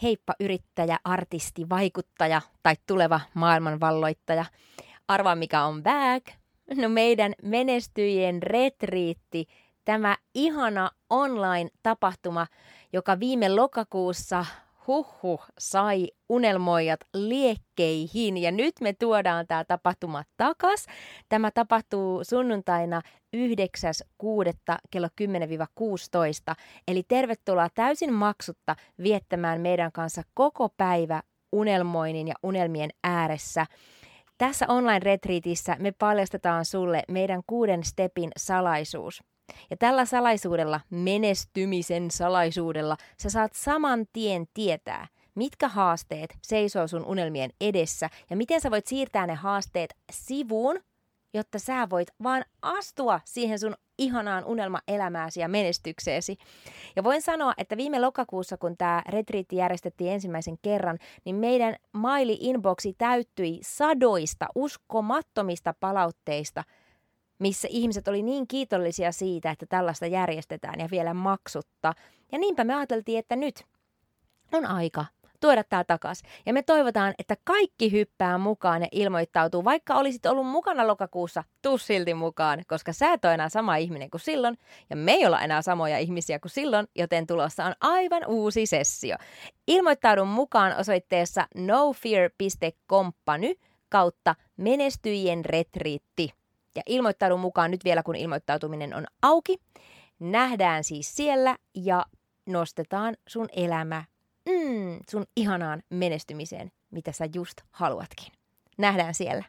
Heippa yrittäjä, artisti, vaikuttaja tai tuleva maailmanvalloittaja. Arvaa mikä on back? No meidän menestyjien retriitti, tämä ihana online-tapahtuma, joka viime lokakuussa sai unelmoijat liekkeihin. Ja nyt me tuodaan tämä tapahtuma takas. Tämä tapahtuu sunnuntaina 9.6. kello 10-16. Eli tervetuloa täysin maksutta viettämään meidän kanssa koko päivä unelmoinnin ja unelmien ääressä. Tässä online-retriitissä me paljastetaan sulle meidän 6 stepin salaisuus. Ja tällä salaisuudella, menestymisen salaisuudella, sä saat saman tien tietää, mitkä haasteet seisoo sun unelmien edessä ja miten sä voit siirtää ne haasteet sivuun, jotta sä voit vaan astua siihen sun ihanaan unelmaelämääsi ja menestykseesi. Ja voin sanoa, että viime lokakuussa, kun tämä retriitti järjestettiin ensimmäisen kerran, niin meidän maili-inboxi täyttyi sadoista uskomattomista palautteista, missä ihmiset oli niin kiitollisia siitä, että tällaista järjestetään ja vielä maksutta. Ja niinpä me ajateltiin, että nyt on aika tuoda tämä takaisin. Ja me toivotaan, että kaikki hyppää mukaan ja ilmoittautuu. Vaikka olisit ollut mukana lokakuussa, tuu silti mukaan, koska sä et ole enää sama ihminen kuin silloin. Ja me ei olla enää samoja ihmisiä kuin silloin, joten tulossa on aivan uusi sessio. Ilmoittaudun mukaan osoitteessa nofear.company kautta menestyjien retriitti. Ja ilmoittaudun mukaan nyt vielä, kun ilmoittautuminen on auki. Nähdään siis siellä ja nostetaan sun elämä sun ihanaan menestymiseen, mitä sä just haluatkin. Nähdään siellä.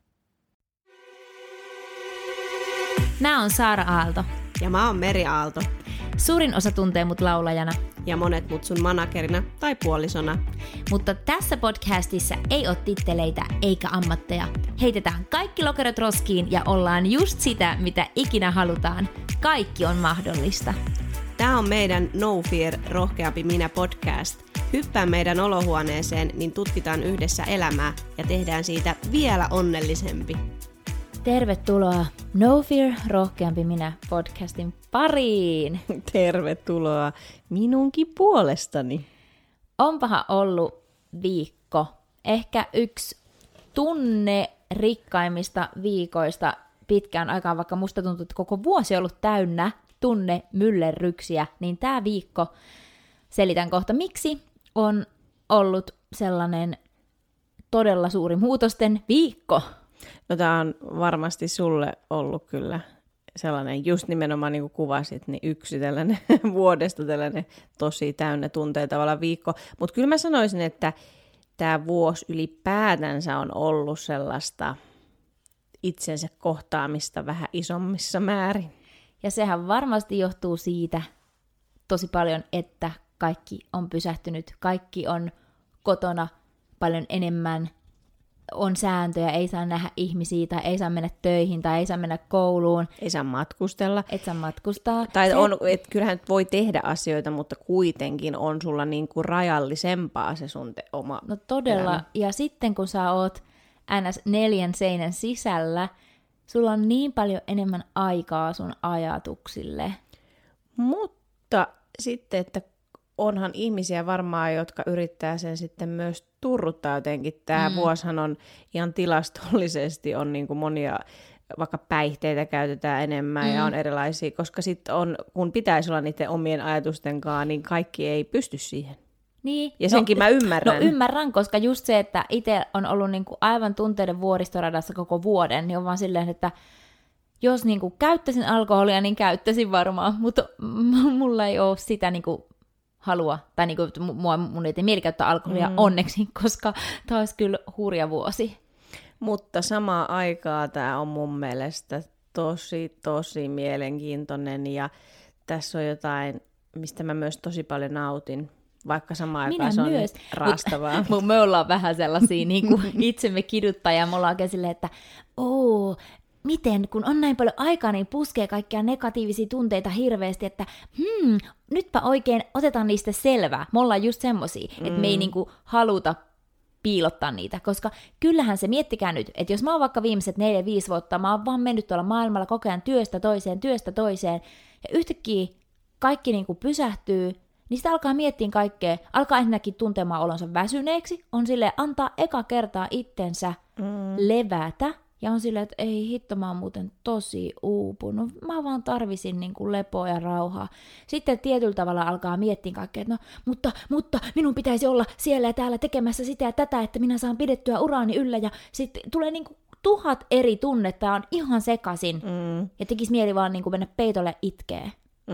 Mä oon Saara Aalto. Ja mä oon Meri Aalto. Suurin osa tuntee mut laulajana. Ja monet mut sun managerina tai puolisona. Mutta tässä podcastissa ei ole titteleitä eikä ammatteja. Heitetään kaikki lokerot roskiin ja ollaan just sitä, mitä ikinä halutaan. Kaikki on mahdollista. Tää on meidän No Fear, rohkeampi minä podcast. Hyppää meidän olohuoneeseen, niin tutkitaan yhdessä elämää ja tehdään siitä vielä onnellisempi. Tervetuloa No Fear, rohkeampi minä podcastin pariin. Tervetuloa minunkin puolestani. Onpahan ollut viikko. Ehkä yksi tunnerikkaimmista viikoista pitkään aikaan, vaikka musta tuntuu, että koko vuosi on ollut täynnä tunnemyllerryksiä, niin tämä viikko, selitän kohta miksi, on ollut sellainen todella suuri muutosten viikko. No tämä on varmasti sulle ollut kyllä sellainen, just nimenomaan niin kuin kuvasit, niin yksi tällainen vuodesta tällainen tosi täynnä tunteita tavalla viikko. Mutta kyllä mä sanoisin, että tämä vuosi ylipäätänsä on ollut sellaista itsensä kohtaamista vähän isommissa määrin. Ja sehän varmasti johtuu siitä tosi paljon, että kaikki on pysähtynyt, kaikki on kotona paljon enemmän, on sääntöjä, ei saa nähdä ihmisiä tai ei saa mennä töihin tai ei saa mennä kouluun. Ei saa matkustella. Et saa matkustaa. Tai kyllähän voi tehdä asioita, mutta kuitenkin on sulla niinku rajallisempaa se sun oma No todella, elämä. Ja sitten kun sä oot ns. 4 seinän sisällä, sulla on niin paljon enemmän aikaa sun ajatuksille. Mutta sitten, että onhan ihmisiä varmaan, jotka yrittää sen sitten myös turruttaa jotenkin. Tämä vuosihan on ihan tilastollisesti on niin kuin monia, vaikka päihteitä käytetään enemmän ja on erilaisia, koska sitten on, kun pitäisi olla niiden omien ajatustenkaan, niin kaikki ei pysty siihen. Niin. Ja senkin mä ymmärrän. No ymmärrän, koska just se, että itse on ollut niinku aivan tunteiden vuoristoradassa koko vuoden, niin on vaan silleen, että jos niinku käyttäisin alkoholia, niin käyttäisin varmaan, mutta mulla ei ole sitä niinku halua, tai niinku, mun ei mieli käyttää alkoholia onneksi, koska tämä olisi kyllä hurja vuosi. Mutta samaan aikaan tämä on mun mielestä tosi mielenkiintoinen, ja tässä on jotain, mistä mä myös tosi paljon nautin. Vaikka samaan aikaan se on myös raastavaa. Me ollaan vähän sellaisia niin kuin itsemme kiduttajia. Me ollaan oikein silleen, että miten, kun on näin paljon aikaa, niin puskee kaikkia negatiivisia tunteita hirveästi, että nytpä oikein otetaan niistä selvää. Me ollaan just semmosia, että me ei niin kuin haluta piilottaa niitä, koska kyllähän se, miettikää nyt, että jos mä oon vaikka viimeiset 4-5 vuotta, mä oon vaan mennyt tuolla maailmalla koko ajan työstä toiseen, ja yhtäkkiä kaikki niin kuin pysähtyy, niin sitä alkaa miettiä kaikkea, alkaa ensinnäkin tuntemaan olonsa väsyneeksi, on silleen antaa eka kertaa itsensä levätä, ja on silleen, että ei hitto, mä oon muuten tosi uupunut, mä vaan tarvisin niin kuin lepoa ja rauhaa. Sitten tietyllä tavalla alkaa miettiä kaikkea, että no, mutta minun pitäisi olla siellä ja täällä tekemässä sitä ja tätä, että minä saan pidettyä uraani yllä, ja sitten tulee niin kuin 1000 eri tunnetta, on ihan sekaisin, ja tekisi mieli vaan niin kuin mennä peitolle itkee.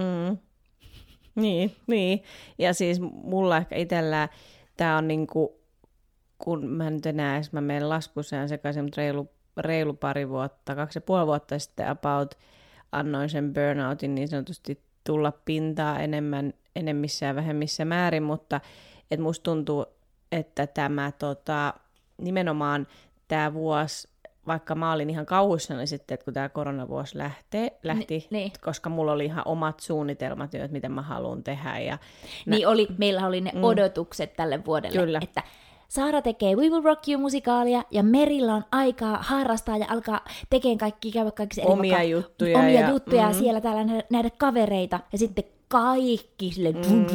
Niin. Ja siis mulla ehkä itsellään tää on niinku, kun mä nyt enää edes, mä menen laskussaan sekaisin, mutta reilu pari vuotta, 2,5 vuotta sitten about annoin sen burnoutin niin sanotusti tulla pintaa enemmissä ja vähemmissä määrin, mutta et musta tuntuu, että tämä nimenomaan tämä vuosi, vaikka mä olin ihan kauhuissani sitten, että kun tämä koronavuosi lähti, koska mulla oli ihan omat suunnitelmat, että mitä mä haluan tehdä. Ja meillä oli ne odotukset tälle vuodelle, kyllä. Että Saara tekee We Will Rock You-musikaalia, ja Merillä on aikaa harrastaa ja alkaa tekemään käydä kaikki omia juttuja siellä täällä nähdä kavereita, ja sitten kaikki sille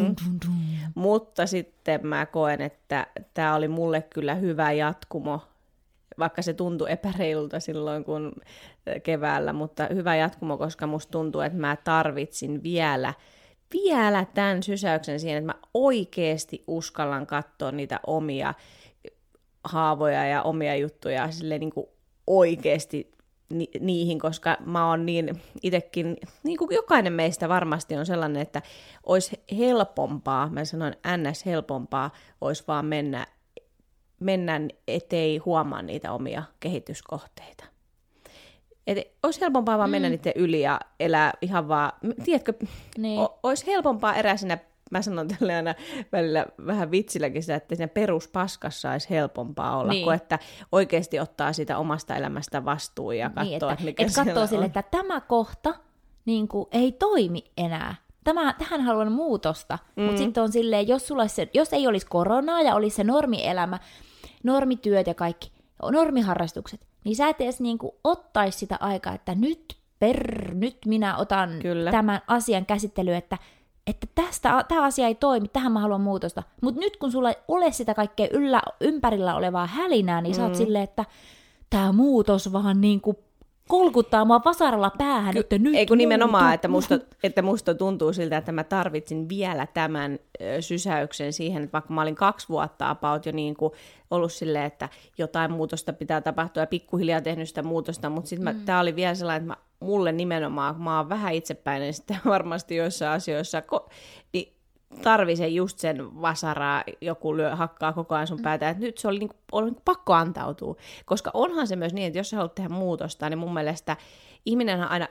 Mutta sitten mä koen, että tämä oli mulle kyllä hyvä jatkumo, vaikka se tuntui epäreilulta silloin kun keväällä, mutta hyvä jatkumo, koska musta tuntuu, että mä tarvitsin vielä tämän sysäyksen siihen, että mä oikeasti uskallan katsoa niitä omia haavoja ja omia juttuja silleen niin kuin oikeasti niihin, koska mä oon niin itsekin, niin kuin jokainen meistä varmasti on sellainen, että olisi helpompaa, mä sanoin ns. Helpompaa, olisi vaan mennä ettei huomaa niitä omia kehityskohteita. Et olisi helpompaa vaan mennä niiden yli ja elää ihan vaan, tiedätkö, olisi helpompaa eräisenä, mä sanon tälle aina välillä vähän vitsilläkin sitä, että siinä peruspaskassa olisi helpompaa olla, kuin että oikeasti ottaa siitä omasta elämästä vastuun ja katsoo, että mikä siellä katsoo on. Sille, että tämä kohta niin kuin, ei toimi enää. Tähän haluan muutosta, mutta sitten on silleen, jos ei olisi koronaa ja olisi se normielämä, normityöt ja kaikki, normiharrastukset, niin sä et edes niinku ottaisi sitä aikaa, että nyt minä otan tämän asian käsittelyyn, että tämä asia ei toimi, tähän mä haluan muutosta. Mutta nyt kun sulla ei ole sitä kaikkea ympärillä olevaa hälinää, niin sä oot silleen, että tämä muutos vaan niinku kolkuttaa mua vasaralla päähän, että nyt ei kun nimenomaan, että musta tuntuu siltä, että mä tarvitsin vielä tämän sysäyksen siihen, että vaikka mä olin 2 vuotta about jo niin kuin ollut silleen, että jotain muutosta pitää tapahtua ja pikkuhiljaa tehnyt sitä muutosta, mutta sitten tää oli vielä sellainen, että mulle nimenomaan, kun mä oon vähän itsepäinen sitten varmasti joissain asioissa, niin tarvitsen just sen vasaraa, joku hakkaa koko ajan sun päätä, että nyt se oli niin pakko antautua, koska onhan se myös niin, että jos sä haluat tehdä muutosta, niin mun mielestä ihminenhän aina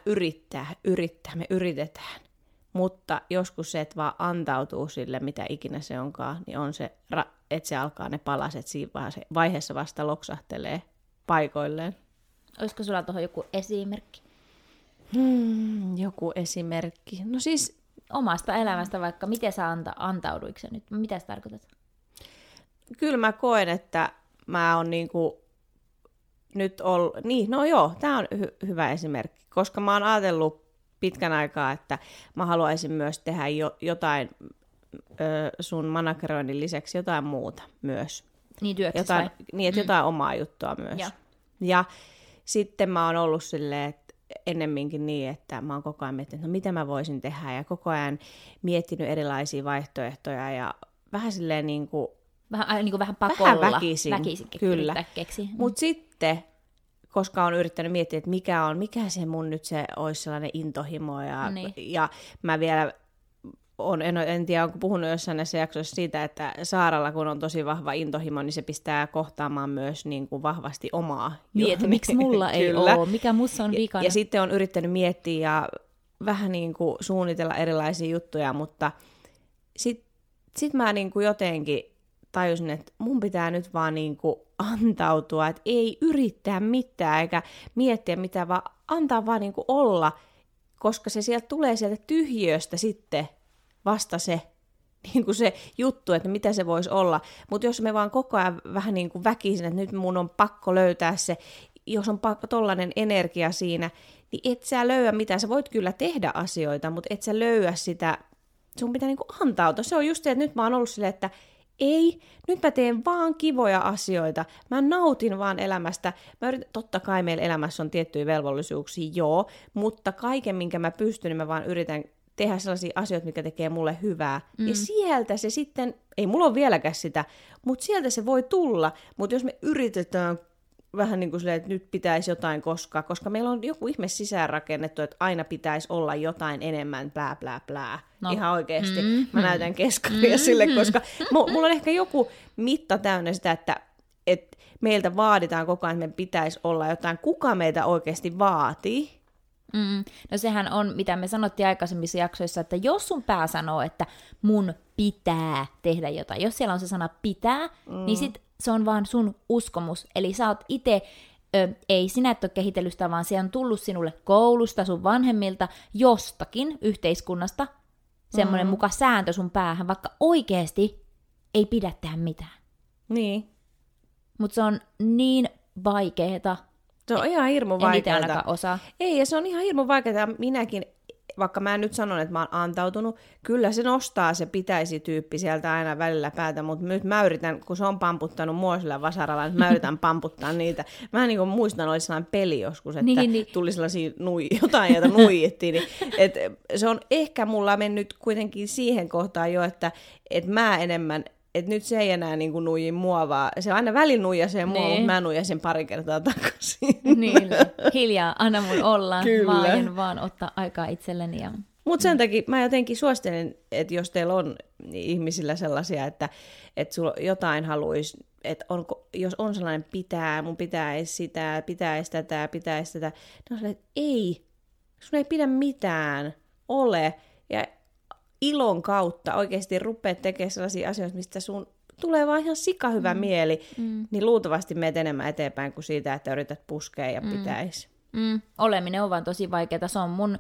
me yritetään, mutta joskus se, että vaan antautuu sille, mitä ikinä se onkaan, niin on se, että se alkaa ne palaset siinä vaiheessa vasta loksahtelee paikoilleen. Olisiko sulla tuohon joku esimerkki? Joku esimerkki. No siis omasta elämästä vaikka, miten sä antauduiko se nyt? Mitä sä tarkoitat? Kyllä mä koen, että mä oon niinku nyt ollut, tää on hyvä esimerkki, koska mä oon ajatellut pitkän aikaa, että mä haluaisin myös tehdä jotain sun manageroinnin lisäksi jotain muuta myös. Niin työksessä vai? Niin, että jotain omaa juttua myös. Ja sitten mä oon ollut silleen, että ennemminkin niin, että mä oon koko ajan miettinyt, että no mitä mä voisin tehdä, ja koko ajan miettinyt erilaisia vaihtoehtoja, ja vähän silleen vähän pakolla. Vähän väkisin kyllä. Mutta sitten, koska on yrittänyt miettiä, että mikä se mun nyt se olisi sellainen intohimo, ja mä vielä en tiedä, onko puhunut jossain näissä jaksoissa siitä, että Saaralla, kun on tosi vahva intohimo, niin se pistää kohtaamaan myös niin kuin vahvasti omaa. Niin, että miksi mulla ei ole, mikä musta on vikana. Ja sitten on yrittänyt miettiä ja vähän niin kuin suunnitella erilaisia juttuja, mutta sit mä niin kuin jotenkin tajusin, että mun pitää nyt vaan niin kuin antautua, että ei yrittää mitään eikä miettiä mitään, vaan antaa vaan niin kuin olla, koska se sieltä tulee sieltä tyhjiöstä sitten vasta se, niin kuin se juttu, että mitä se voisi olla. Mutta jos me vaan koko ajan vähän niin kuin väkisin, että nyt mun on pakko löytää se, jos on tollainen energia siinä, niin et sä löyä mitään. Sä voit kyllä tehdä asioita, mutta et sä löyä sitä sun pitää niinku antautua. Se on just se, että nyt mä oon ollut silleen, että ei, nyt mä teen vaan kivoja asioita. Mä nautin vaan elämästä. Totta kai meillä elämässä on tiettyjä velvollisuuksia, joo, mutta kaiken, minkä mä pystyn, niin mä vaan yritän tehdä sellaisia asioita, mikä tekee mulle hyvää. Ja sieltä se sitten, ei mulla ole vieläkään sitä, mutta sieltä se voi tulla. Mutta jos me yritetään vähän niin kuin silleen, että nyt pitäisi jotain koska meillä on joku ihme sisäänrakennettu, että aina pitäisi olla jotain enemmän, plää, plää, plää. No. Ihan oikeasti. Mä näytän keskaria sille, koska mulla on ehkä joku mitta täynnä sitä, että meiltä vaaditaan koko ajan, että me pitäisi olla jotain. Kuka meitä oikeasti vaatii? No sehän on, mitä me sanottiin aikaisemmissa jaksoissa, että jos sun pää sanoo, että mun pitää tehdä jotain, jos siellä on se sana pitää, niin sit se on vaan sun uskomus. Eli sä oot itse, ei sinä et ole kehitellyt sitä, vaan se on tullut sinulle koulusta, sun vanhemmilta, jostakin yhteiskunnasta, semmoinen muka sääntö sun päähän, vaikka oikeesti ei pidä tehdä mitään. Niin. Mutta se on niin vaikeeta. Se on ihan hirmu vaikeeta. En itse ainakaan osaa. Ei, ja se on ihan hirmu vaikeeta. Minäkin, vaikka mä en nyt sanon, että mä oon antautunut, kyllä se nostaa se pitäisi-tyyppi sieltä aina välillä päätä, mutta nyt mä yritän, kun se on pamputtanut mua sillä vasaralla, niin mä yritän pamputtaa niitä. Mä niin kuin muistan, oli sellainen peli joskus, että tuli sellaisia jotain, joita nuijittiin. Niin, että se on ehkä mulla mennyt kuitenkin siihen kohtaan jo, että mä enemmän, että nyt se ei enää niin kuin nuiji mua, vaan se aina välin nuijasee mua, mutta mä nuijasin pari kertaa takaisin. Niin, hiljaa, anna mun olla, vaan ottaa aikaa itselleni. Ja... Mutta sen takia mä jotenkin suosittelen, että jos teillä on ihmisillä sellaisia, että sulla jotain haluaisi, että jos on sellainen mun pitäisi sitä, pitäisi tätä, niin on sellainen, että ei, sun ei pidä mitään, ole, ja ilon kautta oikeasti rupeat tekemään sellaisia asioita, mistä sun tulee vaan ihan sikahyvä mieli, niin luultavasti meet enemmän eteenpäin kuin siitä, että yrität puskea ja pitäisi. Oleminen on vaan tosi vaikeaa. Se on mun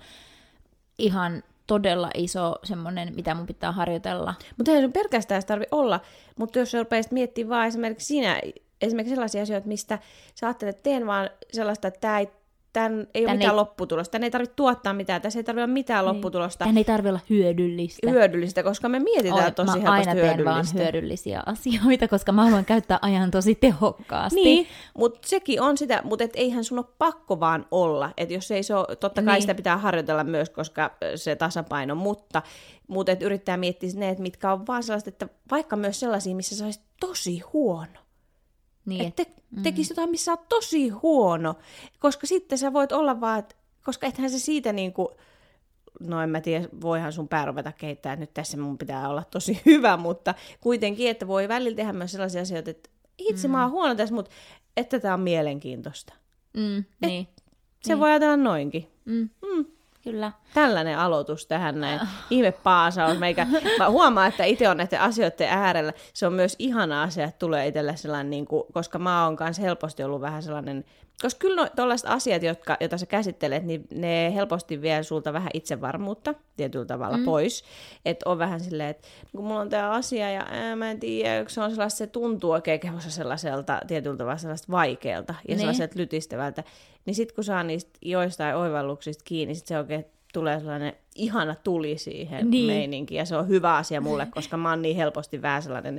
ihan todella iso semmoinen, mitä mun pitää harjoitella. Mutta ei sun pelkästään tarvitse olla, mutta jos sä rupeisit miettimään vaan esimerkiksi sellaisia asioita, mistä sä ajattelet, että teen vaan sellaista, että Tän ei ole mitään lopputulosta. Tän ei tarvitse tuottaa mitään. Tässä ei tarvitse olla mitään lopputulosta. Tän ei tarvitse olla hyödyllistä. Hyödyllistä, koska me mietitään tosi helposti hyödyllistä. Mä aina teen vaan hyödyllisiä asioita, koska mä haluan käyttää ajan tosi tehokkaasti. Niin, mutta sekin on sitä, mutta eihän sun ole pakko vaan olla. Että jos ei se ole, totta kai sitä pitää harjoitella myös, koska se tasapaino, mutta et yrittää miettiä ne, että mitkä on vaan sellaiset, että vaikka myös sellaisia, missä sä olisit tosi huono. Niin, että tekisi jotain, missä olet tosi huono, koska sitten sä voit olla vaan, koska ethän se siitä niinku, no en mä tiedä, voihan sun pää ruveta kehittää, että nyt tässä mun pitää olla tosi hyvä, mutta kuitenkin, että voi välillä tehdä myös sellaisia asioita, että itse mä oon huono tässä, mutta että tää on mielenkiintoista. Niin. Se voi ajatella noinkin. Kyllä. Tällainen aloitus tähän näin. Ihme paasaus. Mä huomaan, että itse on näiden asioiden äärellä. Se on myös ihana asia, että tulee itselle sellainen, niin kuin, koska mä oon kanssa helposti ollut vähän sellainen, koska kyllä tällaiset asiat, joita sä käsittelet, niin ne helposti vie sulta vähän itsevarmuutta tietyllä tavalla pois. Että on vähän silleen, että kun mulla on tää asia ja mä en tiedä, se on sellaista, se tuntuu oikein kehossa sellaiselta tietyllä tavalla sellaista vaikealta ja sellaiselta lytistävältä. Niin sit kun saa niistä joistain oivalluksista kiinni, sit se oikein tulee sellainen ihana tuli siihen meininkiin. Ja se on hyvä asia mulle, koska mä oon niin helposti vähän sellainen,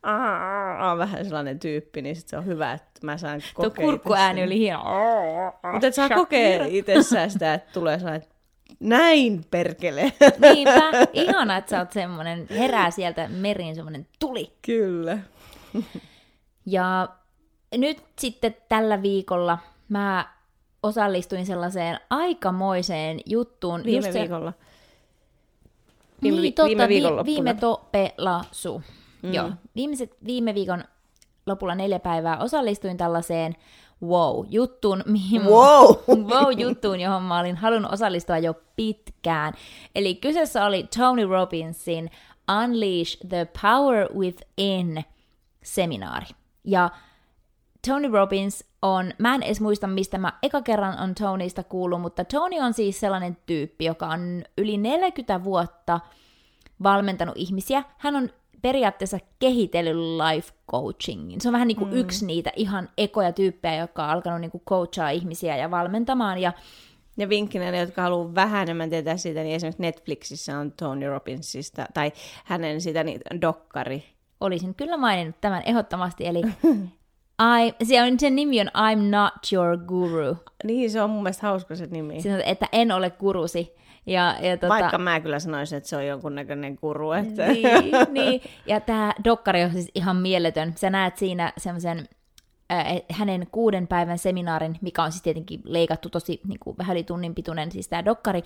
vähän sellainen tyyppi, niin sit se on hyvä, että mä saan kokea. Tuo kurkkuääni oli hieno. Mutta et saa kokea itsessään sitä, että tulee sellainen, näin perkele. Niinpä, ihana, että sä oot semmonen, herää sieltä meriin semmonen tuli. Kyllä. Ja nyt sitten tällä viikolla mä osallistuin sellaiseen aikamoiseen juttuun. Viime viikolla. Viime viikonloppuna. Viime topelasu. Joo. Viime viikon lopulla 4 päivää osallistuin tällaiseen wow-juttuun, johon mä olin halunnut osallistua jo pitkään. Eli kyseessä oli Tony Robbinsin Unleash the Power Within -seminaari. Ja Tony Robbins on, mä en edes muista, mistä mä eka kerran on Tonysta kuullut, mutta Tony on siis sellainen tyyppi, joka on yli 40 vuotta valmentanut ihmisiä. Hän on periaatteessa kehitellyt life coachingin. Se on vähän niin kuin yksi niitä ihan ekoja tyyppejä, joka on alkanut niin kuin coachaa ihmisiä ja valmentamaan. Ja Ja vinkkinä ne, jotka haluaa vähän enemmän tietää siitä, niin esimerkiksi Netflixissä on Tony Robbinsista, tai hänen sitä dokkari. Olisin kyllä maininnut tämän ehdottomasti, eli sen nimi on I'm Not Your Guru. Niin, se on mun mielestä hauska se nimi. Siis, että en ole gurusi. Vaikka mä kyllä sanoisin, että se on jonkunnäköinen guru. Että... niin. Ja tämä dokkari on siis ihan mieletön. Sä näet siinä semmoisen hänen 6 päivän seminaarin, mikä on siis tietenkin leikattu tosi niin kuin vähän yli tunnin pituinen, siis tämä dokkari.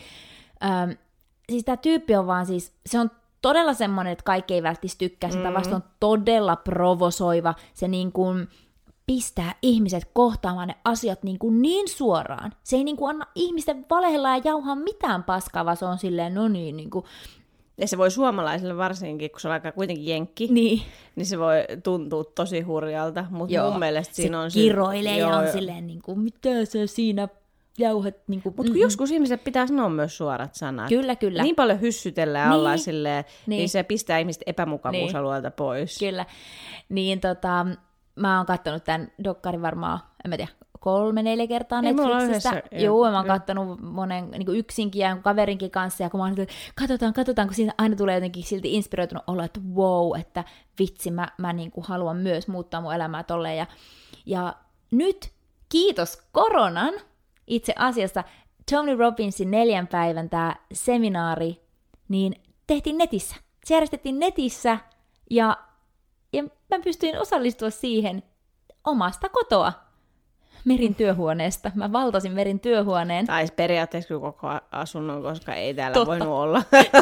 Siis tämä tyyppi on vaan siis, se on todella semmoinen, että kaikki ei välttämättä tykkää, sitä vasta on todella provosoiva, se niin kuin pistää ihmiset kohtaamaan ne asiat niin suoraan. Se ei niin kuin anna ihmisten valehella ja jauhaa mitään paskaa, vaan se on silleen, no niin kuin... Ja se voi suomalaisille varsinkin, kun se on aika kuitenkin jenkki, niin se voi tuntua tosi hurjalta, mutta mun mielestä siinä on... Se kiroilee ja on silleen, niin kuin, mitä sä siinä jauhat... Niin mutta joskus ihmiset pitää sanoa myös suorat sanat. Kyllä. Niin paljon hyssytellään ollaan silleen, niin se pistää ihmiset epämukavuusalueelta pois. Kyllä. Niin mä oon kattonut tämän dokkarin varmaan, en mä tiedä, 3-4 kertaa Netflixistä. Joo, mä oon kattonut monen niin yksinkin ja kaverinkin kanssa, ja kun mä oon nyt, katsotaan, kun siinä aina tulee jotenkin silti inspiroitunut olo, että wow, että vitsi, mä niin kuin haluan myös muuttaa mun elämää tolleen. Ja nyt, kiitos koronan, itse asiassa Tony Robbinsin 4 päivän tämä seminaari, niin tehtiin netissä. Se järjestettiin netissä, ja mä pystyin osallistua siihen omasta kotoa. Merin työhuoneesta. Mä valtasin Merin työhuoneen. Tai periaatteessa koko asunnon, koska ei täällä voinut olla.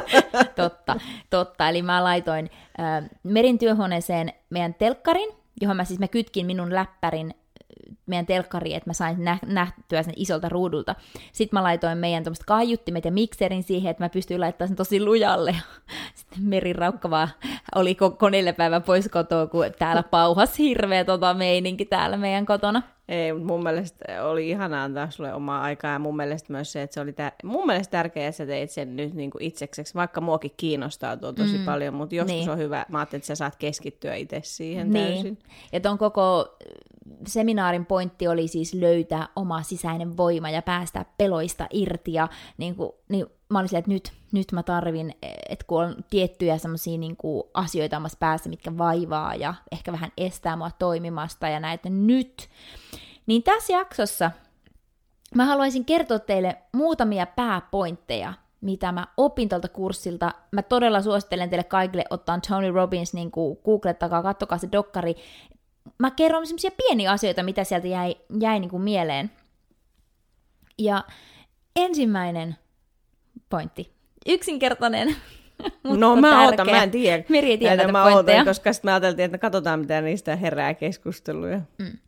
Totta. Eli mä laitoin Merin työhuoneeseen meidän telkkarin, johon mä kytkin minun läppärin meidän telkkariin, että mä sain nähtyä sen isolta ruudulta. Sitten mä laitoin meidän tuommoiset kaiuttimet ja mikserin siihen, että mä pystyin laittamaan sen tosi lujalle. Sitten Meri raukka vaan oli koko 4 päivää pois kotoa, kun täällä pauhasi hirveä meininki täällä meidän kotona. Ei, mutta mun mielestä oli ihanaa antaa sulle omaa aikaa, ja mun mielestä myös se, että se oli mun mielestä tärkeää, että sä teit sen nyt niin kuin itsekseksi, vaikka muakin kiinnostaa tuo tosi paljon, mutta joskus on hyvä, mä ajattelin, että sä saat keskittyä itse siihen täysin. Ja ton koko seminaarin pointti oli siis löytää oma sisäinen voima ja päästä peloista irti, ja niin mä olin silleen, että nyt mä tarvin, että kun on tiettyjä semmosia niin kuin asioita omassa päässä, mitkä vaivaa ja ehkä vähän estää mua toimimasta ja näitä nyt. Niin tässä jaksossa mä haluaisin kertoa teille muutamia pääpointteja, mitä mä opin tuolta kurssilta. Mä todella suosittelen teille kaikille ottaa Tony Robbins, niin kuin googlettakaa, kattokaa se dokkari. Mä kerron semmosia pieniä asioita, mitä sieltä jäi niin kuin mieleen. Ja ensimmäinen pointti. Yksinkertainen, mutta tärkeä. Mä en tiedä. Meri ei tiedä näitä pointteja. Koska sitten me ajateltiin, että katsotaan, mitä niistä herää keskusteluja.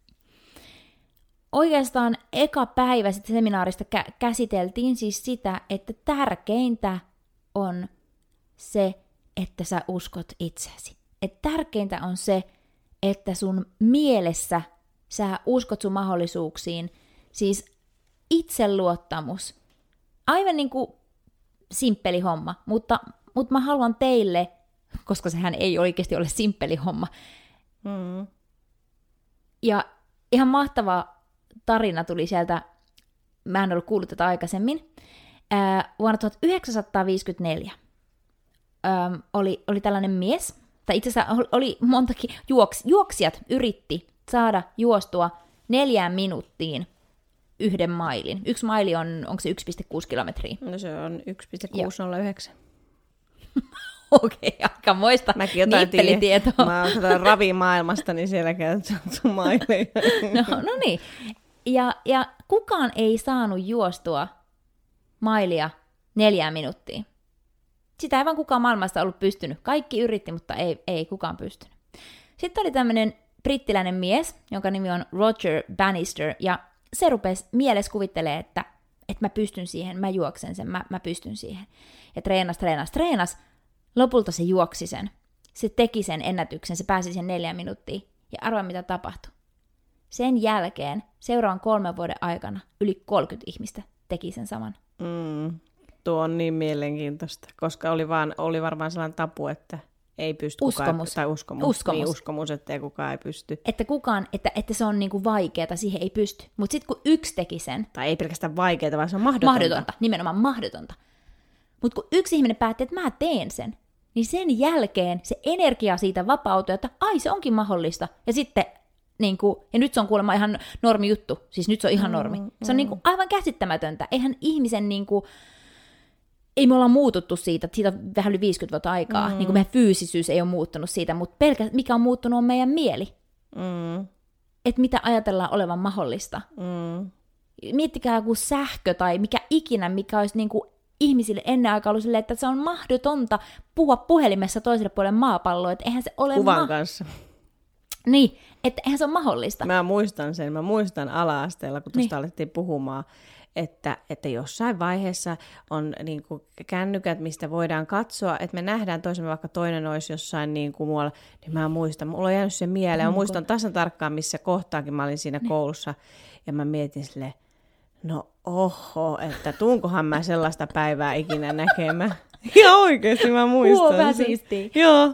Oikeastaan eka päivä sitten seminaarista käsiteltiin siis sitä, että tärkeintä on se, että sä uskot itseäsi. Että tärkeintä on se, että sun mielessä sä uskot sun mahdollisuuksiin. Siis itseluottamus. Aivan niin kuin simppeli homma, mutta mä haluan teille, koska sehän ei oikeasti ole simppeli homma. Ja ihan mahtava tarina tuli sieltä, mä en ollut kuullut tätä aikaisemmin. Vuonna 1954 oli tällainen mies, tai itse asiassa oli montakin juoksijat yritti saada juostua 4 minuuttiin 1 mailin. 1 maili onko se 1,6 kilometriä? No se on 1,609. Okei, aika moista nippelitietoa. Mä oon ravimaailmasta, niin siellä käytetään sun maili. No niin. Ja kukaan ei saanut juostua mailia 4 minuuttia. Sitä ei vaan kukaan maailmasta ollut pystynyt. Kaikki yritti, mutta ei kukaan pystynyt. Sitten oli tämmöinen brittiläinen mies, jonka nimi on Roger Bannister, ja se rupesi mielessä kuvittelemaan, että mä pystyn siihen, mä juoksen sen, mä pystyn siihen. Ja treenas. Lopulta se juoksi sen. Se teki sen ennätyksen, se pääsi sen 4 minuuttia. Ja arvaa, mitä tapahtui. Sen jälkeen, seuraavan 3 vuoden aikana, yli 30 ihmistä teki sen saman. Tuo on niin mielenkiintoista, koska oli varmaan sellainen tabu, että ei pysty Uskomus. kukaan, tai uskomus. Niin, uskomus, että kukaan ei pysty. Että se on niinku vaikeaa, siihen ei pysty. Mutta sitten kun yksi teki sen... Tai ei pelkästään vaikeaa, vaan se on mahdotonta. Mahdotonta, nimenomaan mahdotonta. Mutta kun yksi ihminen päätti, että mä teen sen, niin sen jälkeen se energia siitä vapautui, että ai se onkin mahdollista. Ja sitten, ja nyt se on kuulemma ihan normi juttu. Siis nyt se on ihan normi. Se on aivan käsittämätöntä. Eihän ihmisen ei me olla muututtu siitä on vähän yli 50 vuotta aikaa. Meidän fyysisyys ei ole muuttunut siitä, mutta mikä on muuttunut on meidän mieli. Että mitä ajatellaan olevan mahdollista. Miettikää joku sähkö tai mikä ikinä, mikä olisi ihmisille ennen aikaa ollut silleen, että se on mahdotonta puhua puhelimessa toiselle puolelle maapalloa, että eihän se ole kuvan kanssa. Niin, että eihän se ole mahdollista. Mä muistan ala-asteella, kun tuosta alettiin puhumaan, että jossain vaiheessa on kännykät, mistä voidaan katsoa, että me nähdään toisemme, vaikka toinen olisi jossain muualla, niin mä muistan, mulla on jäänyt se mieleen, mä muistan tasan tarkkaan, missä kohtaakin mä olin siinä koulussa, ja mä mietin silleen, no oho, että tuunkohan mä sellaista päivää ikinä näkemään. Ja oikeasti mä muistan. Vähän siistiä. Joo.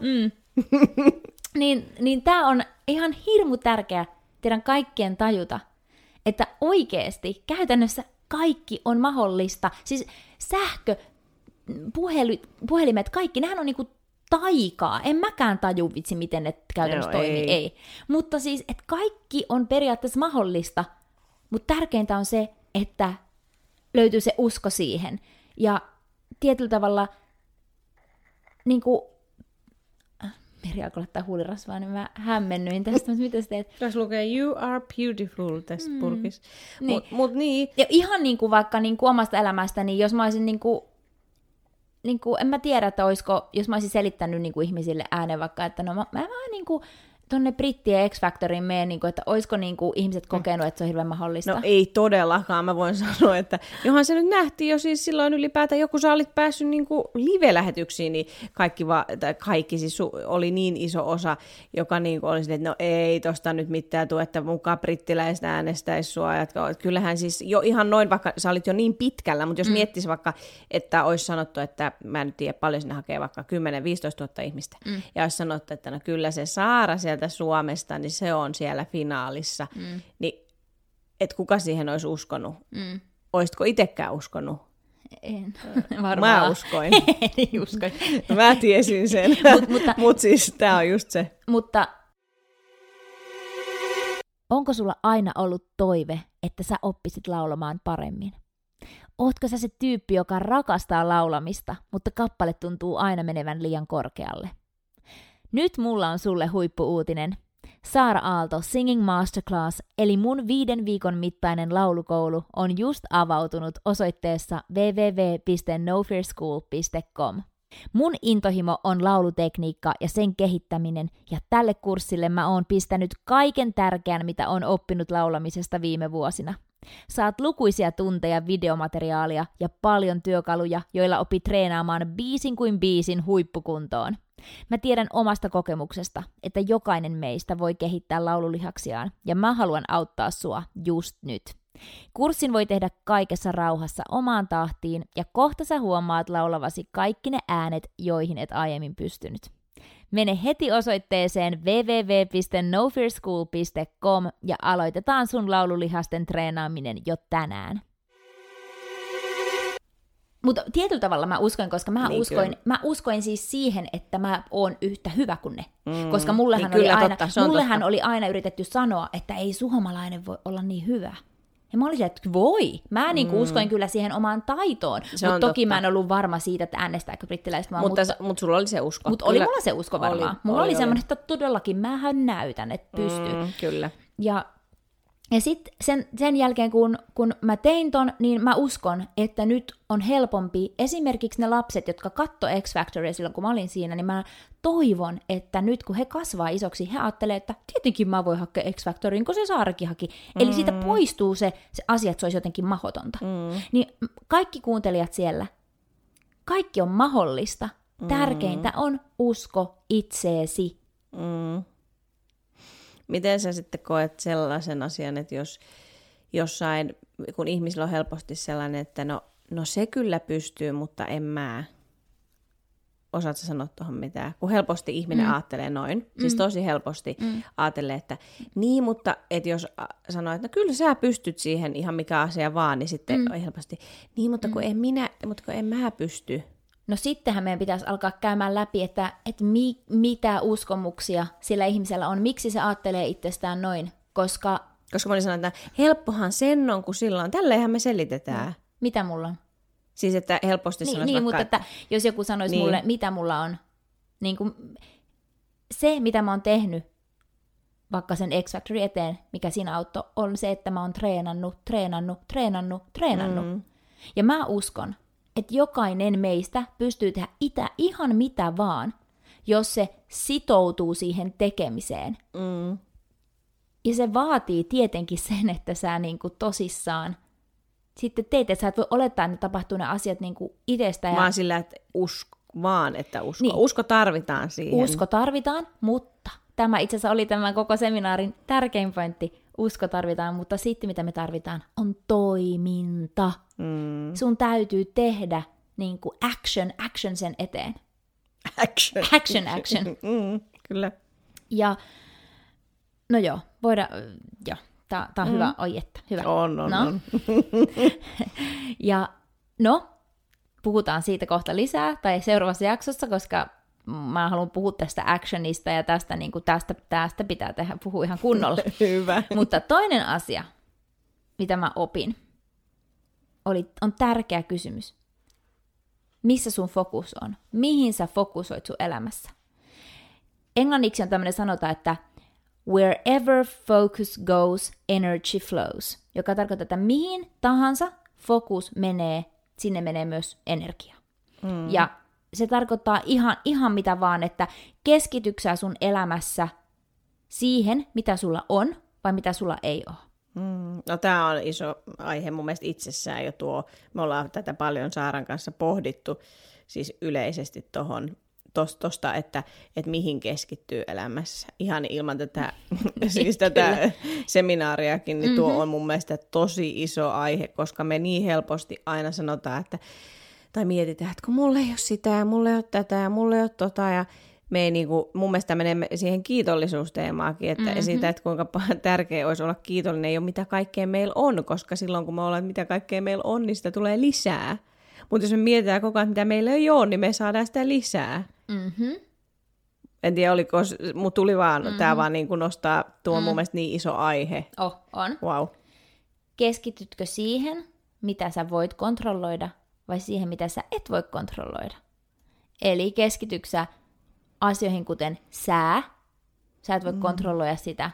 Niin tää on ihan hirmu tärkeä teidän kaikkien tajuta, että oikeasti käytännössä kaikki on mahdollista. Siis sähkö, puhelimet, kaikki, nehän on taikaa. En mäkään taju vitsi, miten ne käytännössä toimii. Ei. Mutta siis, että kaikki on periaatteessa mahdollista, mutta tärkeintä on se, että löytyy se usko siihen. Ja tietyllä tavalla, Meri alkoi laittaa huulirasvaa, niin mä hämmennyin tästä, mutta mitä sä teet? Tässä lukee You are beautiful tässä purkissa. Niin. Mut niin. Ja ihan vaikka omasta elämästäni, niin jos mä olisin en mä tiedä, että olisiko, jos mä olisin selittänyt ihmisille ääneen vaikka, että no mä tonne Brittien X-Factoriin meen, että olisiko ihmiset kokenut, että se on hirveän mahdollista? No ei todellakaan, mä voin sanoa, että johan se nyt nähtiin jo siis silloin ylipäätään, joku sä olit päässyt live-lähetyksiin, niin kaikki siis oli niin iso osa, joka oli silleen, että no ei tosta nyt mitään tule, että mukaan brittiläiset äänestäisi sua. Kyllähän siis jo ihan noin, vaikka sä olit jo niin pitkällä, mutta jos miettisi vaikka, että olisi sanottu, että mä en nyt tiedä, paljon sinne hakee vaikka 10-15 000 ihmistä, ja olisi sanottu, että no kyllä se Saara sieltä Suomesta, niin se on siellä finaalissa. Niin, et kuka siihen olisi uskonut? Olisitko itsekään uskonut? En, varmaan. Mä uskoin. En uskoin. Mä tiesin sen. Mutta siis tää on just se. Mutta onko sulla aina ollut toive, että sä oppisit laulamaan paremmin? Ootko sä se tyyppi, joka rakastaa laulamista, mutta kappale tuntuu aina menevän liian korkealle? Nyt mulla on sulle huippu-uutinen. Saara Aalto Singing Masterclass, eli mun 5 viikon mittainen laulukoulu, on just avautunut osoitteessa www.nofearschool.com. Mun intohimo on laulutekniikka ja sen kehittäminen, ja tälle kurssille mä oon pistänyt kaiken tärkeän, mitä on oppinut laulamisesta viime vuosina. Saat lukuisia tunteja videomateriaalia ja paljon työkaluja, joilla opit treenaamaan biisin kuin biisin huippukuntoon. Mä tiedän omasta kokemuksesta, että jokainen meistä voi kehittää laululihaksiaan, ja mä haluan auttaa sua just nyt. Kurssin voi tehdä kaikessa rauhassa omaan tahtiin, ja kohta sä huomaat laulavasi kaikki ne äänet, joihin et aiemmin pystynyt. Mene heti osoitteeseen www.nofearschool.com ja aloitetaan sun laululihasten treenaaminen jo tänään. Mutta tietyllä tavalla mä uskoin, koska mä uskoin siis siihen, että mä oon yhtä hyvä kuin ne. Koska mullehan oli aina yritetty sanoa, että ei suomalainen voi olla niin hyvä. Ja mä olin se, että voi. Mä uskoin kyllä siihen omaan taitoon. Mutta toki mä en ollut varma siitä, että äänestääkö brittiläiset. Mutta sulla oli se usko. Mutta oli mulla se usko varmaan. Mulla oli semmoinen, että todellakin mähän näytän, että pystyy. Kyllä. Ja sitten sen jälkeen, kun mä tein ton, niin mä uskon, että nyt on helpompi, esimerkiksi ne lapset, jotka katto X-Factoria silloin, kun mä olin siinä, niin mä toivon, että nyt kun he kasvaa isoksi, he ajattelee, että tietenkin mä voin hakea X-Factoriin, kun se Saarakin haki. Eli siitä poistuu se asia, että se olisi jotenkin mahdotonta. Niin kaikki kuuntelijat siellä, kaikki on mahdollista. Tärkeintä on usko itseesi. Miten sä sitten koet sellaisen asian, että jos jossain, kun ihmisillä on helposti sellainen, että no se kyllä pystyy, mutta en mä. osaat sä sanoa tuohon mitään? Kun helposti ihminen ajattelee noin, siis tosi helposti ajattelee, että niin, mutta et jos sanoo, että no kyllä sä pystyt siihen ihan mikä asia vaan, niin sitten helposti, niin, mutta kun en mä pysty. No sittenhän meidän pitäisi alkaa käymään läpi, että mitä uskomuksia sillä ihmisellä on, miksi se ajattelee itsestään noin, koska mä olin sanonut, että helppohan sen on, kun silloin, tälleenhän me selitetään. Mitä mulla on? Siis, että helposti sanoisi niin, mutta että jos joku sanoisi mulle, mitä mulla on, niin kuin se, mitä mä oon tehnyt, vaikka sen X-Factory eteen, mikä siinä auttoi, on se, että mä oon treenannut. Ja mä uskon, että jokainen meistä pystyy tehdä ihan mitä vaan, jos se sitoutuu siihen tekemiseen. Ja se vaatii tietenkin sen, että sä niinku tosissaan sitten teet, että sä et voi olettaa, että ne tapahtuu ne asiat niinku itsestä. Vaan sillä, että usko. Niin. Usko tarvitaan siihen. Usko tarvitaan, mutta tämä itse asiassa oli tämän koko seminaarin tärkein pointti. Usko tarvitaan, mutta sitten mitä me tarvitaan on toiminta. Sun täytyy tehdä niin kuin action sen eteen. Action. Kyllä. Ja no joo, voidaan, tää on hyvä, oi että, hyvä. On. Ja no, puhutaan siitä kohta lisää, tai seuraavassa jaksossa, koska mä haluan puhua tästä actionista, ja tästä, niin kuin tästä pitää puhua ihan kunnolla. Hyvä. Mutta toinen asia, mitä mä opin, on tärkeä kysymys. Missä sun fokus on? Mihin sä fokusoit sun elämässä? Englanniksi on tämmöinen sanota, että wherever focus goes, energy flows, joka tarkoittaa, että mihin tahansa fokus menee, sinne menee myös energia. Ja se tarkoittaa ihan mitä vaan, että keskityksää sun elämässä siihen, mitä sulla on, vai mitä sulla ei ole. No tämä on iso aihe mun mielestä itsessään jo tuo. Me ollaan tätä paljon Saaran kanssa pohdittu, siis yleisesti tosta, että mihin keskittyy elämässä. Ihan ilman tätä, siis tätä seminaariakin, niin tuo on mun mielestä tosi iso aihe, koska me niin helposti aina sanotaan, tai mietitään, että kun mulla ei ole sitä, ja mulla ei ole tätä, ja mulla ei ole tota, ja me ei niinku, mun mielestä menemme siihen kiitollisuusteemaakin, että siitä, että kuinka tärkeää olisi olla kiitollinen, ei ole mitä kaikkea meillä on, koska silloin kun me ollaan, mitä kaikkea meillä on, niin sitä tulee lisää. Mutta jos me mietitään koko ajan, mitä meillä ei ole, niin me saadaan sitä lisää. En tiedä, oliko, mutta tuli vaan, tämä vaan niin kuin nostaa, tuo mun mielestä niin iso aihe. On. Wow. Keskitytkö siihen, mitä sä voit kontrolloida, vai siihen, mitä sä et voi kontrolloida? Eli keskitytkö sä asioihin kuten sä et voi kontrolloida sitä.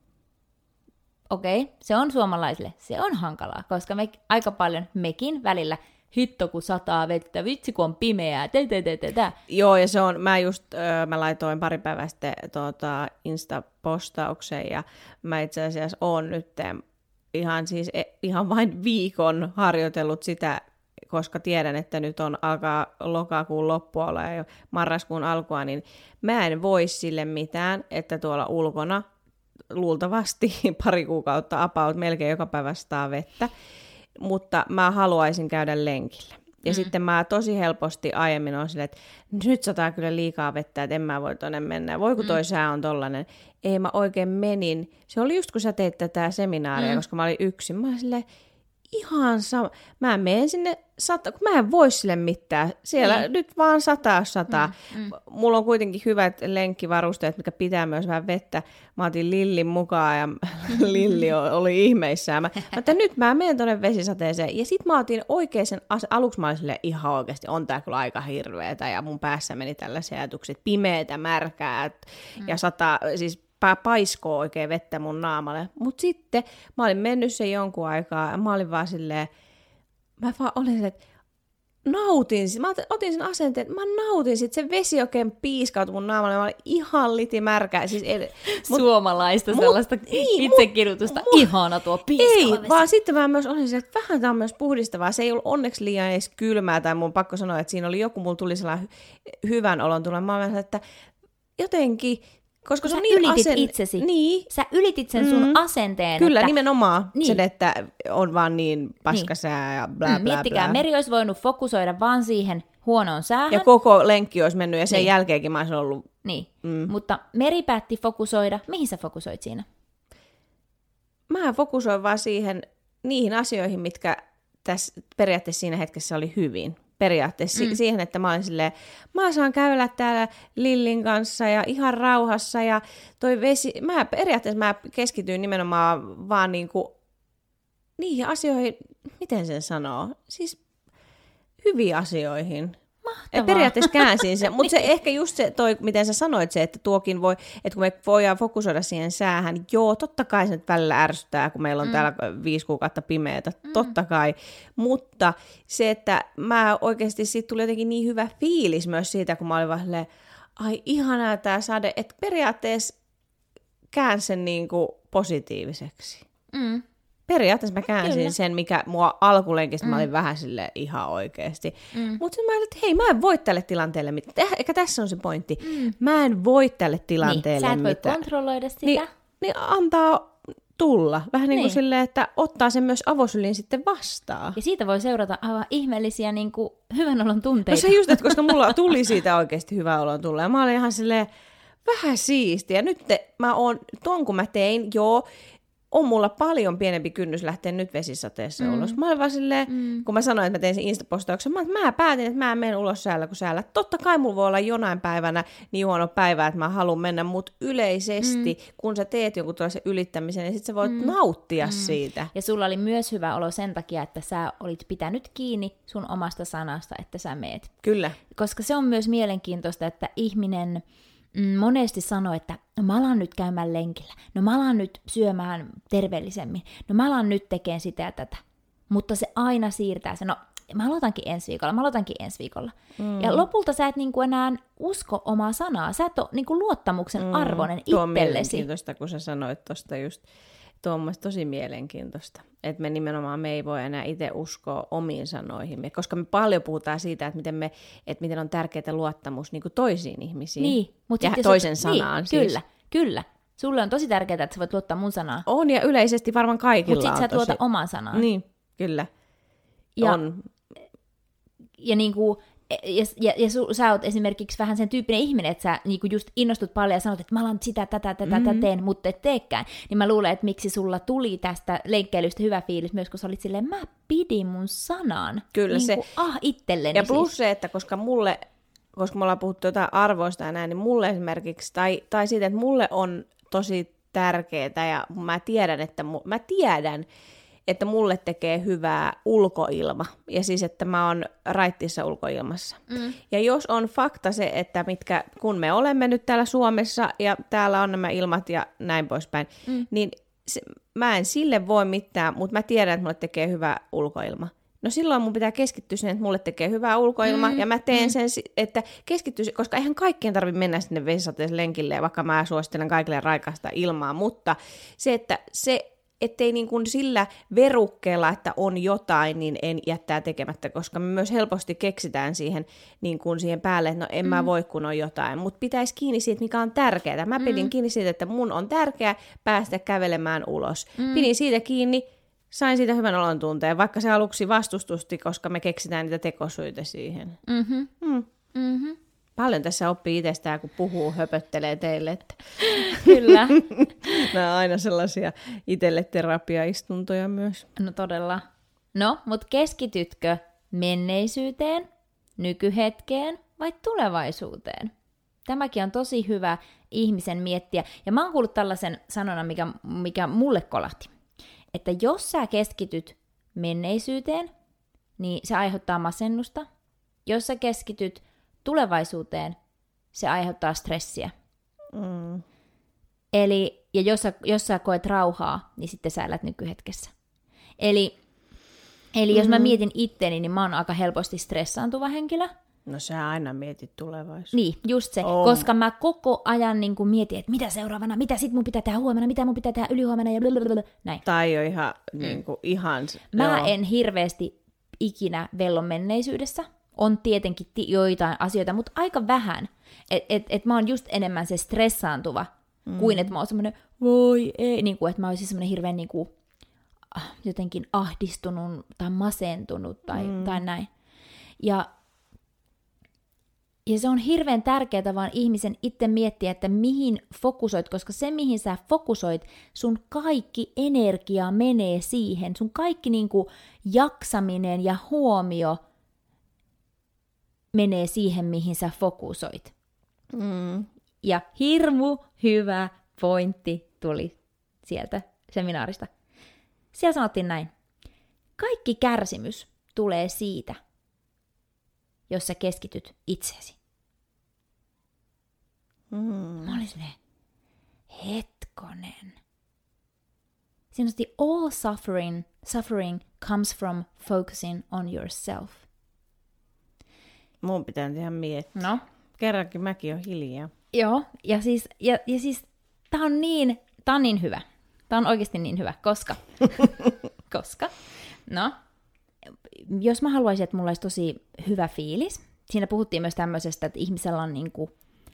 Okei, se on suomalaisille, se on hankalaa, koska me aika paljon mekin välillä hitto kun sataa vettä, vitsi kun on pimeää, Joo, ja se on, mä laitoin pari päivää sitten Insta-postauksen, ja mä itse asiassa oon nyt ihan vain viikon harjoitellut sitä, koska tiedän, että nyt alkaa lokakuun loppua olla jo marraskuun alkua, niin mä en voi sille mitään, että tuolla ulkona luultavasti pari kuukautta about melkein joka päivä sataa vettä, mutta mä haluaisin käydä lenkillä. Ja sitten mä tosi helposti aiemmin on silleen, että nyt sataa kyllä liikaa vettä, että en mä voi tonne mennä. Voi kun toi sää on tollanen. Ei, mä oikein menin. Se oli just kun sä teit tätä seminaaria, koska mä olin yksin. Mä olin silleen, ihan sama. Mä menen sinne, kun mä en voi sille mitään. Siellä nyt vaan sataa. Mulla on kuitenkin hyvät lenkkivarusteet, mikä pitää myös vähän vettä. Mä otin Lillin mukaan ja Lilli oli ihmeissään. Mutta nyt mä menen tonne vesisateeseen. Ja sit mä otin oikein sen aluksi mä olin silleen, ihan oikeasti, on tää kyllä aika hirveetä. Ja mun päässä meni tällaisia ajatuksia, pimeätä, märkää ja sataa, siis paiskoo oikein vettä mun naamalle. Mut sitten mä olin mennyt sen jonkun aikaa ja mä olin vaan silleen, mä vaan olin silleen, että mä otin sen asenteen, mä nautin sit, se vesi oikein piiskautui mun naamalle, mä olin ihan litimärkä. Siis suomalaista sellaista itsekidutusta, ihana tuo piiskava vesi. Ei, vaan sitten mä myös olin silleen, että vähän tää on myös puhdistavaa, se ei ollut onneksi liian edes kylmää, tai mun pakko sanoa, että siinä oli mulla tuli sellainen hyvän olon tulla. Mä olin että jotenkin, koska sä ylitit itsesi. Niin. Sä ylitit sen sun asenteen. Kyllä, nimenomaan. Niin. Sen, että on vaan niin paskasää ja blää, blää, miettikää, blää. Meri olisi voinut fokusoida vaan siihen huonoon säähän. Ja koko lenkki olisi mennyt ja sen jälkeenkin mä olisin ollut... Niin, mutta Meri päätti fokusoida. Mihin sä fokusoit siinä? Mä fokusoin vaan niihin asioihin, mitkä tässä periaatteessa siinä hetkessä oli hyvin. Periaatteessa siihen, että mä olin silleen, mä saan kävellä täällä Lillin kanssa ja ihan rauhassa ja toi vesi, periaatteessa mä keskityin nimenomaan vaan niinku niihin asioihin, miten sen sanoo, siis hyviin asioihin. Mahtavaa. Periaatteessa käänsin sen, mutta se ehkä just se, miten sä sanoit se, että tuokin voi, että kun me voidaan fokusoida siihen säähän, joo, totta kai se nyt välillä ärsyttää, kun meillä on täällä 5 kuukautta pimeätä, totta kai, mutta se, että mä oikeasti siitä tuli jotenkin niin hyvä fiilis myös siitä, kun mä olin vaan silleen, ai ihanaa tää sade, että periaatteessa käänsi sen niinku positiiviseksi. Periaatteessa mä käänsin sen, mikä mua alkulenkistä mä olin vähän silleen ihan oikeasti. Mutta mä ajattelin, että hei, mä en voi tälle tilanteelle mitään. Ehkä tässä on se pointti. Mä en voi tälle tilanteelle mitään. Sä et voi kontrolloida sitä. Niin antaa tulla. Vähän niin kuin silleen, että ottaa sen myös avosylin sitten vastaan. Ja siitä voi seurata aivan ihmeellisiä niin kuin hyvän olon tunteita. No se just, että koska mulla tuli siitä oikeasti hyvä olon tulla. Ja mä olin ihan silleen vähän siistiä. Nyt mä oon, kun mä tein, on mulla paljon pienempi kynnys lähteä nyt vesisateessa ulos. Mä olin vaan silleen, kun mä sanoin, että mä tein sen Insta-postauksen, mä päätin, että mä en mene ulos säällä kuin säällä. Totta kai mulla voi olla jonain päivänä niin huono päivä, että mä haluan mennä, mutta yleisesti, kun sä teet jonkun tällaisen ylittämisen, niin sit sä voit nauttia siitä. Ja sulla oli myös hyvä olo sen takia, että sä olit pitänyt kiinni sun omasta sanasta, että sä meet. Kyllä. Koska se on myös mielenkiintoista, että ihminen monesti sanoo, että no mä alan nyt käymään lenkillä, no mä alan nyt syömään terveellisemmin, no mä alan nyt tekemään sitä ja tätä. Mutta se aina siirtää sen, no mä aloitankin ensi viikolla. Ja lopulta sä et niinku enää usko omaa sanaa, sä et ole niinku luottamuksen arvoinen itsellesi. Tuo on mielenkiintoista, kun sä sanoit tosta just, tuo on mielestäni tosi mielenkiintoista, että me ei voi enää itse uskoa omiin sanoihimme, koska me paljon puhutaan siitä, että miten on tärkeää luottamus niin kuin toisiin ihmisiin niin, mutta ja toisen sanaan. Niin, siis. Kyllä. Sulle on tosi tärkeää, että sä voit luottaa mun sanaa. On, ja yleisesti varmaan kaikilla on. Mutta sit sä tosi... luota oman sanaan. Niin, kyllä. Ja, on. Ja niinku... sä oot esimerkiksi vähän sen tyyppinen ihminen, että sä niinku just innostut paljon ja sanot, että mä alan sitä, tätä teen, mutta et teekään. Niin mä luulen, että miksi sulla tuli tästä lenkkeilystä hyvä fiilis myös, kun sä olit silleen, mä pidin mun sanan. Kyllä niinku, se. Itselleni ja plus siis. se, että koska me ollaan puhuttu jotain arvoista ja näin, niin mulle esimerkiksi, tai siitä, että mulle on tosi tärkeää ja mä tiedän, että mulle tekee hyvää ulkoilma, ja siis, että mä oon raittissa ulkoilmassa. Ja jos on fakta se, että kun me olemme nyt täällä Suomessa, ja täällä on nämä ilmat ja näin poispäin, niin mä en sille voi mitään, mutta mä tiedän, että mulle tekee hyvää ulkoilma. No silloin mun pitää keskittyä siihen, että mulle tekee hyvää ulkoilma, ja mä teen sen, että keskittyy, koska eihän kaikkien tarvitse mennä sinne vesisateessa lenkille, vaikka mä suosittelen kaikille raikasta ilmaa, mutta se, että ettei niin kuin sillä verukkeella, että on jotain, niin en jättää tekemättä, koska me myös helposti keksitään siihen, niin kuin siihen päälle, että no en mä voi, kun on jotain. Mutta pitäisi kiinni siitä, mikä on tärkeää. Mä pidin kiinni siitä, että mun on tärkeää päästä kävelemään ulos. Pidin siitä kiinni, sain siitä hyvän olon tunteen, vaikka se aluksi vastustusti, koska me keksitään niitä tekosyitä siihen. Paljon tässä oppii itsestään, kun puhuu, höpöttelee teille. Että... Kyllä. Nämä on aina sellaisia itselle terapiaistuntoja myös. No todella. No, mutta keskitytkö menneisyyteen, nykyhetkeen vai tulevaisuuteen? Tämäkin on tosi hyvä ihmisen miettiä. Ja mä oon kuullut tällaisen sanonan, mikä mulle kolahti. Että jos sä keskityt menneisyyteen, niin se aiheuttaa masennusta. Jos sä keskityt tulevaisuuteen, se aiheuttaa stressiä. Eli, ja jos sä koet rauhaa, niin sitten sä elät nykyhetkessä. Eli jos mä mietin itteeni, niin mä oon aika helposti stressaantuva henkilö. No sä aina mietit tulevaisuutta. Niin, just se. Koska mä koko ajan niin kuin mietin, että mitä seuraavana, mitä sit mun pitää tehdä huomenna, mitä mun pitää tehdä ylihuomenna ja blablabla. Näin. Tai on ihan, niin kuin, ihan... Mä en hirveästi ikinä vellon menneisyydessä. On tietenkin joitain asioita, mutta aika vähän. Et mä oon just enemmän se stressaantuva, kuin että mä oon semmoinen, voi ei, niin kuin, että mä olisin semmoinen hirveän niin kuin, jotenkin ahdistunut tai masentunut tai näin. Ja Ja se on hirveän tärkeää vaan ihmisen itse miettiä, että mihin fokusoit, koska se mihin sä fokusoit, sun kaikki energia menee siihen, sun kaikki niinku jaksaminen ja huomio menee siihen, mihin sä fokusoit. Ja hirmu hyvä pointti tuli sieltä seminaarista. Siellä sanottiin näin. Kaikki kärsimys tulee siitä, jos sä keskityt itseesi. Mä olin silleen, hetkonen. Siinä all suffering comes from focusing on yourself. Mun pitää ihan miettiä. No. Kerrankin mäkin on hiljaa. Joo, ja siis tää on niin hyvä. Tää on oikeasti niin hyvä, koska, no, jos mä haluaisin, että mulla olisi tosi hyvä fiilis, siinä puhuttiin myös tämmöisestä, että ihmisellä on niinku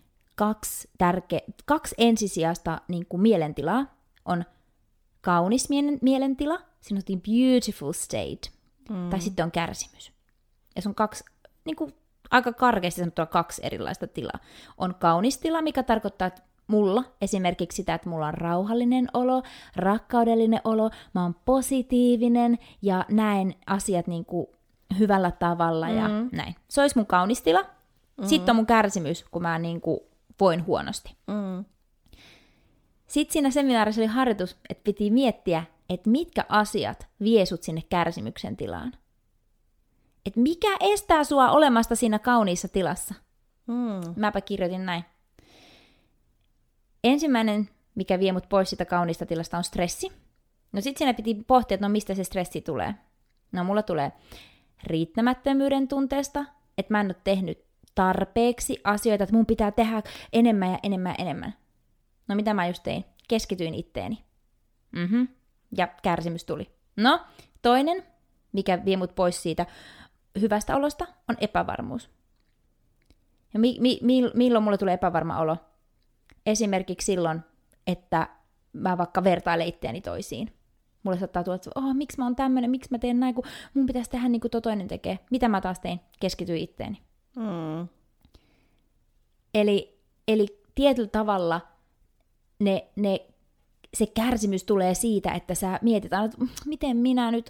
kaksi ensisijaista niinku mielentilaa. On kaunis mielentila, siinä on beautiful state, tai sitten on kärsimys. Ja se on kaksi, niinku, aika karkeasti sanottuna kaksi erilaista tilaa. On kaunis tila, mikä tarkoittaa, että mulla esimerkiksi sitä, että mulla on rauhallinen olo, rakkaudellinen olo, mä oon positiivinen ja näen asiat niin kuin hyvällä tavalla ja näin. Se olisi mun kaunis tila. Sitten on mun kärsimys, kun mä niin kuin voin huonosti. Sitten siinä seminaarissa oli harjoitus, että piti miettiä, että mitkä asiat vie sut sinne kärsimyksen tilaan. Että mikä estää sua olemasta siinä kauniissa tilassa. Mäpä kirjoitin näin. Ensimmäinen, mikä vie mut pois siitä kauniista tilasta, on stressi. No sit siinä piti pohtia, että no mistä se stressi tulee. No mulla tulee riittämättömyyden tunteesta, että mä en ole tehnyt tarpeeksi asioita, että mun pitää tehdä enemmän ja enemmän ja enemmän. No mitä mä just tein? Keskityin itteeni. Ja kärsimys tuli. No, toinen, mikä vie mut pois siitä hyvästä olosta, on epävarmuus. Ja milloin mulle tulee epävarma olo? Esimerkiksi silloin, että mä vaikka vertailen itseäni toisiin. Mulle saattaa tulla, että miksi mä oon tämmönen, miksi mä teen näin, kun mun pitäisi tehdä niin kuin toinen tekee. Mitä mä taas tein? Keskityin itteeni. Eli tietyllä tavalla se kärsimys tulee siitä, että sä mietit aina, että miten minä nyt,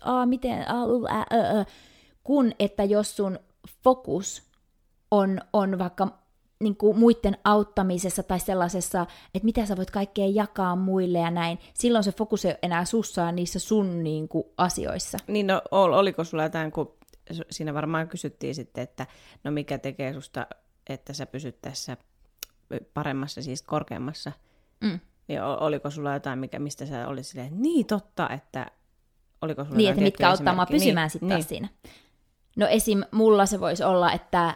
kun että jos sun fokus on vaikka niin kuin muiden auttamisessa tai sellaisessa, että mitä sä voit kaikkea jakaa muille ja näin, silloin se fokus ei enää sussa niissä sun niin kuin asioissa. Niin, no oliko sulla jotain, kun siinä varmaan kysyttiin sitten, että no mikä tekee susta, että sä pysyt tässä paremmassa, siis korkeammassa, niin oliko sulla jotain, mistä sä olit silleen, niin totta, että oliko sulla niin, että mitkä auttaa mua pysymään sitten taas siinä. No esim. Mulla se voisi olla, että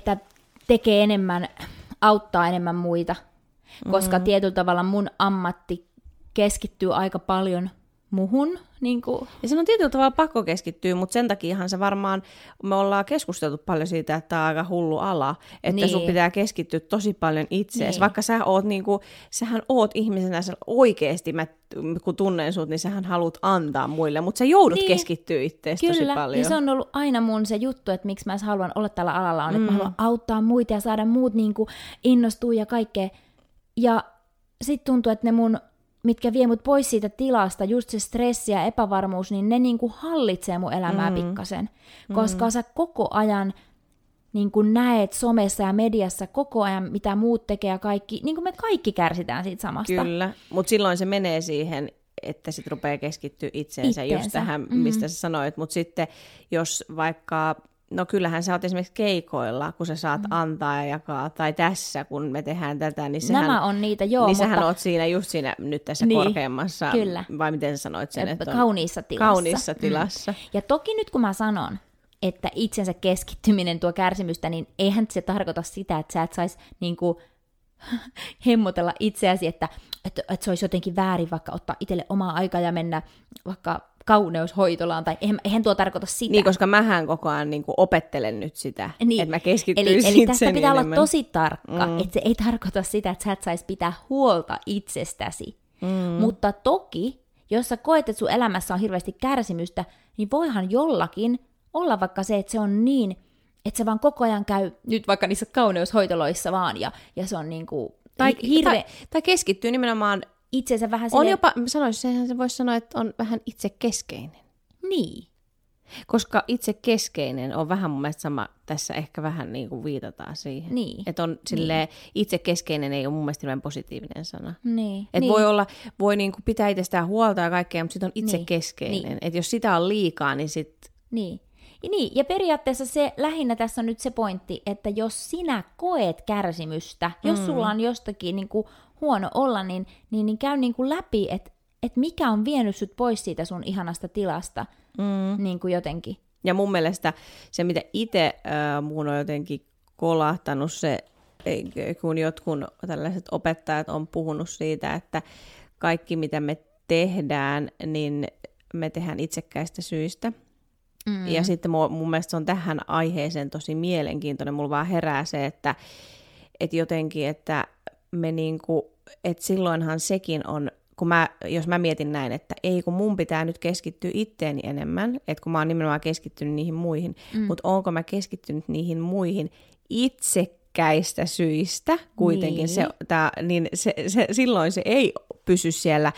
tekee enemmän, auttaa enemmän muita, koska tietyllä tavalla mun ammatti keskittyy aika paljon muhun. Niin kuin. Ja sen on tietyllä tavalla pakko keskittyä, mutta sen takiahan se varmaan, me ollaan keskusteltu paljon siitä, että tämä on aika hullu ala, että sun pitää keskittyä tosi paljon itseesi. Vaikka sä oot niinku, sähän oot ihmisenä oikeasti, kun tunnen sut, niin sähän haluat antaa muille, mutta sä joudut keskittyä itseesi tosi paljon. Kyllä, ja se on ollut aina mun se juttu, että miksi mä haluan olla tällä alalla, on, että mä haluan auttaa muita ja saada muut niinku innostua ja kaikkea. Ja sit tuntuu, että ne mun mitkä vie mut pois siitä tilasta, just se stressi ja epävarmuus, niin ne niinku hallitsee mun elämää pikkasen. Koska sä koko ajan niinku näet somessa ja mediassa koko ajan, mitä muut tekee ja kaikki, niin kuin me kaikki kärsitään siitä samasta. Kyllä, mutta silloin se menee siihen, että sit rupeaa keskittyä itseensä. Just tähän, mistä sä sanoit. Mutta sitten jos vaikka, no kyllähän sä oot esimerkiksi keikoilla, kun sä saat antaa ja jakaa, tai tässä, kun me tehdään tätä, niin sähän, nämä on niitä, joo. Niin sähän oot siinä just siinä nyt tässä korkeammassa, kyllä. Vai miten sä sanoit sen? Että kauniissa tilassa. Kauniissa tilassa. Ja toki nyt kun mä sanon, että itsensä keskittyminen tuo kärsimystä, niin eihän se tarkoita sitä, että sä et saisi niinku hemmotella itseäsi, että se olisi jotenkin väärin vaikka ottaa itselle omaa aikaa ja mennä vaikka kauneushoitolaan, tai eihän tuo tarkoita sitä. Niin, koska mähän koko ajan niin kuin opettelen nyt sitä, niin. että mä keskittyisin Eli tästä pitää enemmän. olla tosi tarkka, että se ei tarkoita sitä, että sä et saisi pitää huolta itsestäsi. Mutta toki, jos sä koet, että sun elämässä on hirveästi kärsimystä, niin voihan jollakin olla vaikka se, että se on niin Että se vaan koko ajan käy nyt vaikka niissä kauneushoitoloissa vaan, ja se on niinku tai keskittyy nimenomaan itsensä vähän on silleen... jopa, mä sanoisin, se voisi sanoa, että on vähän itsekeskeinen. Niin. Koska itsekeskeinen on vähän mun mielestä sama, tässä ehkä vähän niin kuin viitataan siihen. Niin. Että on silleen, itsekeskeinen ei ole mun mielestä hirveän positiivinen sana. Niin. Että niin. voi niin kuin pitää itsestään huolta ja kaikkea, mutta sitten on itsekeskeinen. Niin. Että jos sitä on liikaa, niin sitten... Niin. Ja periaatteessa se lähinnä tässä on nyt se pointti, että jos sinä koet kärsimystä, jos sulla on jostakin niin kuin huono olla, niin käy niin kuin läpi, että mikä on vienyt sut pois siitä sun ihanasta tilasta niin kuin jotenkin. Ja mun mielestä se, mitä itse muun on jotenkin kolahtanut se, kun jotkut tällaiset opettajat on puhunut siitä, että kaikki mitä me tehdään, niin me tehdään itsekkäistä syistä. Ja sitten mun mielestä se on tähän aiheeseen tosi mielenkiintoinen. Mulla vaan herää se, että jotenkin, että me niinku, että silloinhan sekin on, jos mä mietin näin, että ei kun mun pitää nyt keskittyä itteeni enemmän, että kun mä oon nimenomaan keskittynyt niihin muihin, mutta onko mä keskittynyt niihin muihin itsekkäistä syistä kuitenkin, niin. Silloin se ei pysy siellä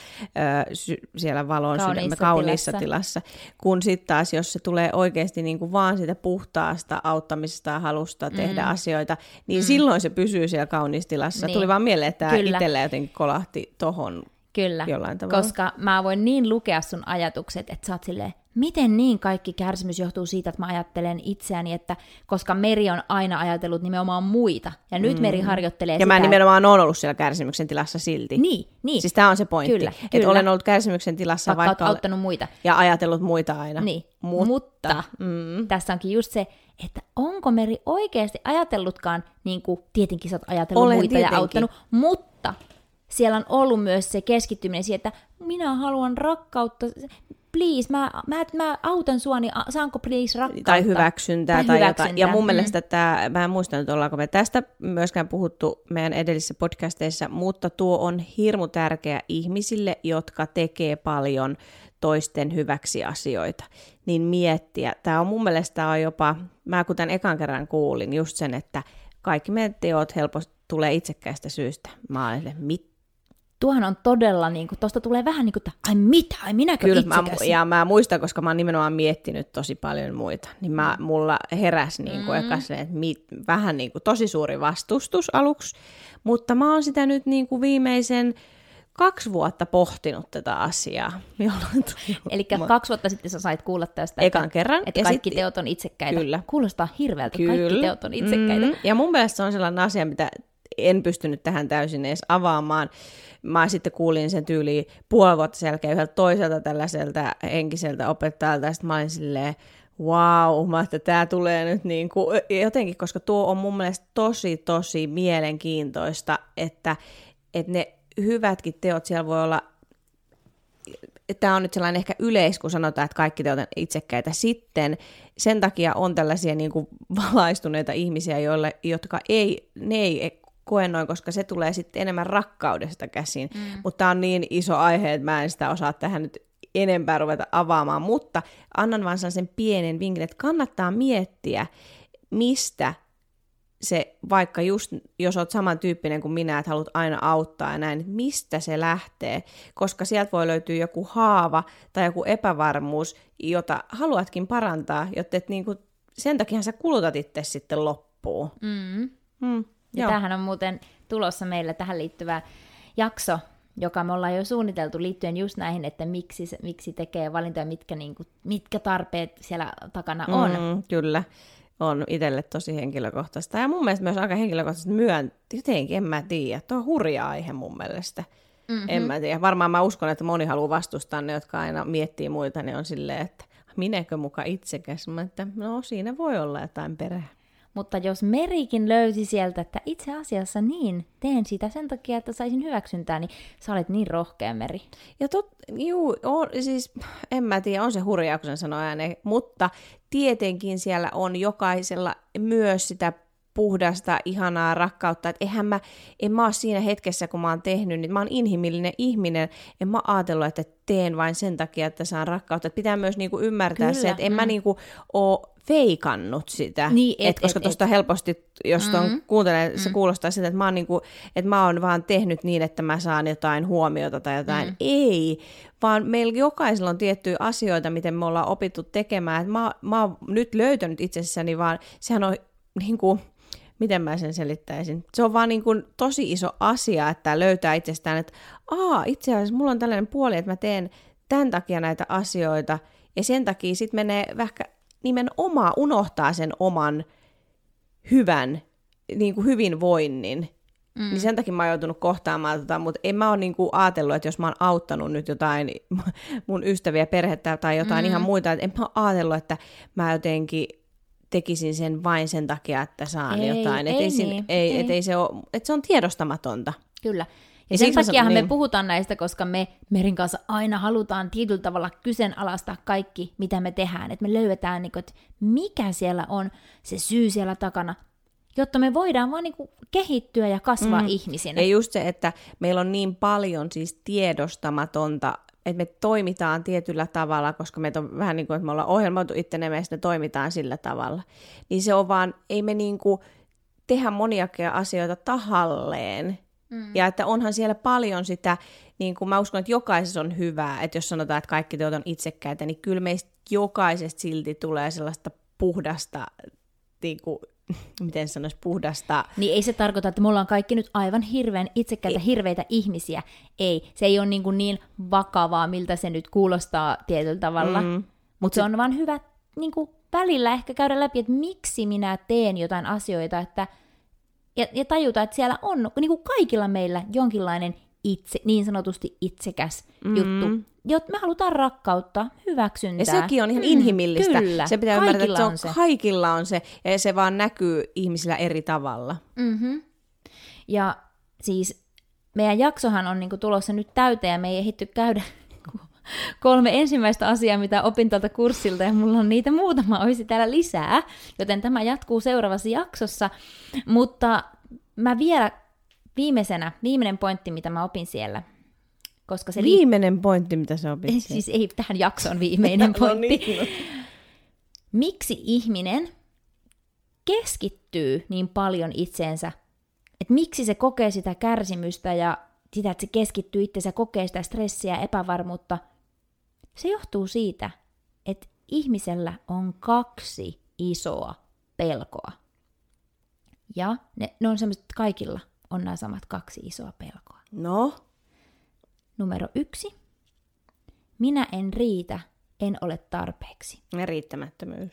valon kauniissa tilassa, kun sitten taas, jos se tulee oikeasti niin kuin vaan siitä puhtaasta auttamisesta ja halusta tehdä asioita, niin silloin se pysyy siellä kauniissa tilassa. Niin. Tuli vaan mieleen, että tämä itsellä jotenkin kolahti tohon jollain tavalla. Koska mä voin niin lukea sun ajatukset, että sä oot silleen, miten niin kaikki kärsimys johtuu siitä, että mä ajattelen itseäni, että koska Meri on aina ajatellut nimenomaan muita, ja nyt Meri harjoittelee sitä. Ja mä nimenomaan oon ollut siellä kärsimyksen tilassa silti. Niin. Siis tää on se pointti, Kyllä. että olen ollut kärsimyksen tilassa vaikka auttanut muita. Ja ajatellut muita aina. Niin, mutta tässä onkin just se, että onko Meri oikeasti ajatellutkaan, niin kuin tietenkin sä oot ajatellut muita ja auttanut, mutta siellä on ollut myös se keskittyminen siihen, että minä haluan rakkautta, please, mä autan sua, niin saanko please rakkautta? Tai hyväksyntää tai jotain. Ja mun mielestä mä en muista nyt, ollaanko me tästä myöskään puhuttu meidän edellisissä podcasteissa, mutta tuo on hirmu tärkeä ihmisille, jotka tekee paljon toisten hyväksi asioita. Niin miettiä, tää on mun mielestä on jopa, mä kuten ekan kerran kuulin just sen, että kaikki meidän teot helposti tulee itsekkäistä syistä. Mä olen Tuohan on todella, niin kuin, tuosta tulee vähän niin kuin, että ai minäkö itsekäs? Ja mä muistan, koska mä oon nimenomaan miettinyt tosi paljon muita, niin mulla heräsi niin kuin vähän niin kuin tosi suuri vastustus aluksi, mutta mä oon sitä nyt niin kuin viimeisen 2 vuotta pohtinut tätä asiaa. Eli 2 vuotta sitten sä sait kuulla tästä, ekan kerran. Että kaikki teot on itsekkäitä. Kyllä. Kuulostaa hirveältä, kaikki teot on itsekkäitä. Ja mun mielestä se on sellainen asia, mitä en pystynyt tähän täysin edes avaamaan. Mä sitten kuulin sen tyyliin 5 vuotta selkeä yhdeltä toiselta tällaiselta henkiseltä opettajalta, ja sitten mä olin silleen, että tää tulee nyt niin kuin jotenkin, koska tuo on mun mielestä tosi mielenkiintoista, että ne hyvätkin teot siellä voi olla, tämä on nyt sellainen ehkä kun sanotaan, että kaikki teot on itsekkäitä. Sitten sen takia on tällaisia niin kuin valaistuneita ihmisiä, jotka ei koe noin, koska se tulee sitten enemmän rakkaudesta käsin. Mutta tämä on niin iso aihe, että mä en sitä osaa tähän nyt enempää ruveta avaamaan, mutta annan vaan sen pienen vinkin, että kannattaa miettiä, mistä se, vaikka just jos olet samantyyppinen kuin minä, että haluat aina auttaa ja näin, että mistä se lähtee, koska sieltä voi löytyä joku haava tai joku epävarmuus, jota haluatkin parantaa, jotta et niinku, sen takia sä kulutat itse sitten loppuun. Ja tämähän on muuten tulossa meille tähän liittyvä jakso, joka me ollaan jo suunniteltu liittyen just näihin, että miksi tekee valintoja, mitkä tarpeet siellä takana on. Kyllä, on itselle tosi henkilökohtaista. Ja mun mielestä myös aika henkilökohtaisesti jotenkin, en mä tiedä. Tuo on hurja aihe mun mielestä. En mä tiedä. Varmaan mä uskon, että moni haluaa vastustaa ne, jotka aina miettii muita, niin on silleen, että minäkö muka itsekäs? Mä että no siinä voi olla jotain perää. Mutta jos Merikin löysi sieltä, että itse asiassa niin, teen sitä sen takia, että saisin hyväksyntää, niin sä olet niin rohkea, Meri. Ja siis en mä tiedä, on se hurjaa, kun sen sanoo ääneen, mutta tietenkin siellä on jokaisella myös sitä puhdasta, ihanaa rakkautta, että en mä ole siinä hetkessä, kun mä oon tehnyt, niin mä oon inhimillinen ihminen, en mä ajatellut, että teen vain sen takia, että saan rakkautta. Että pitää myös niinku ymmärtää se, että en mä niinku ole feikannut sitä. Niin, Koska tuosta helposti, jos ton kuuntelee, se kuulostaa siltä, että mä oon, niinku, että mä oon vaan tehnyt niin, että mä saan jotain huomiota tai jotain. Ei, vaan meillä jokaisella on tiettyjä asioita, miten me ollaan opittu tekemään. Et mä oon nyt löytänyt itsessäni, vaan sehän on niinku, miten mä sen selittäisin? Se on vaan niin kuin tosi iso asia, että löytää itsestään, että itse asiassa mulla on tällainen puoli, että mä teen tämän takia näitä asioita, ja sen takia sitten menee vähän nimenomaan unohtaa sen oman hyvän niin kuin hyvinvoinnin. Niin sen takia mä oon joutunut kohtaamaan mutta en mä ole niin kuin ajatellut, että jos mä oon auttanut nyt jotain mun ystäviä, perhettä tai jotain ihan muita, että en mä ole ajatellut, että mä jotenkin tekisin sen vain sen takia, että saan jotain. Että se on tiedostamatonta. Kyllä. Ja sen takiahan me puhutaan näistä, koska me Merin kanssa aina halutaan tietyllä tavalla kyseenalaistaa kaikki, mitä me tehdään. Että me löydetään, että mikä siellä on se syy siellä takana, jotta me voidaan vaan kehittyä ja kasvaa ihmisinä. Ja just se, että meillä on niin paljon siis tiedostamatonta, että me toimitaan tietyllä tavalla, koska meitä on vähän niin kuin, että me ollaan ohjelmoitu ittenemme ja sitten toimitaan sillä tavalla. Niin se on vaan, ei me tehdä moniakin asioita tahalleen. Ja että onhan siellä paljon sitä, niin kuin mä uskon, että jokaisessa on hyvää, että jos sanotaan, että kaikki teot on itsekkäitä, niin kyllä meistä jokaisesta silti tulee sellaista puhdasta, niin kuin, miten sanoisi, puhdasta. Niin ei se tarkoita, että me ollaan kaikki nyt aivan hirveän itsekkäitä, hirveitä ihmisiä. Ei, se ei ole niin vakavaa, miltä se nyt kuulostaa tietyllä tavalla. Mutta se on vaan hyvä välillä ehkä käydä läpi, että miksi minä teen jotain asioita, että ja tajuta, että siellä on kaikilla meillä jonkinlainen niin sanotusti itsekäs juttu. Me halutaan rakkautta, hyväksyntää. Ja sekin on ihan inhimillistä. Kyllä, se pitää ymmärtää, että kaikilla on se, ja se vaan näkyy ihmisillä eri tavalla. Ja siis meidän jaksohan on tulossa nyt täyteen, ja me ei ehditty käydä 3 ensimmäistä asiaa, mitä opin tältä kurssilta, ja mulla on niitä muutama olisi täällä lisää, joten tämä jatkuu seuraavassa jaksossa. Mutta mä vielä viimeinen pointti, mitä mä opin siellä. Koska se viimeinen pointti, mitä sä opit siellä? Siis ei tähän jaksoon viimeinen pointti. No. Miksi ihminen keskittyy niin paljon itseensä? Että miksi se kokee sitä kärsimystä ja sitä, että se keskittyy itseensä, kokee sitä stressiä ja epävarmuutta? Se johtuu siitä, että ihmisellä on 2 isoa pelkoa. Ja ne on semmoiset, että kaikilla on nämä samat 2 isoa pelkoa. No? Numero 1. Minä en riitä, en ole tarpeeksi. Ja riittämättömyys.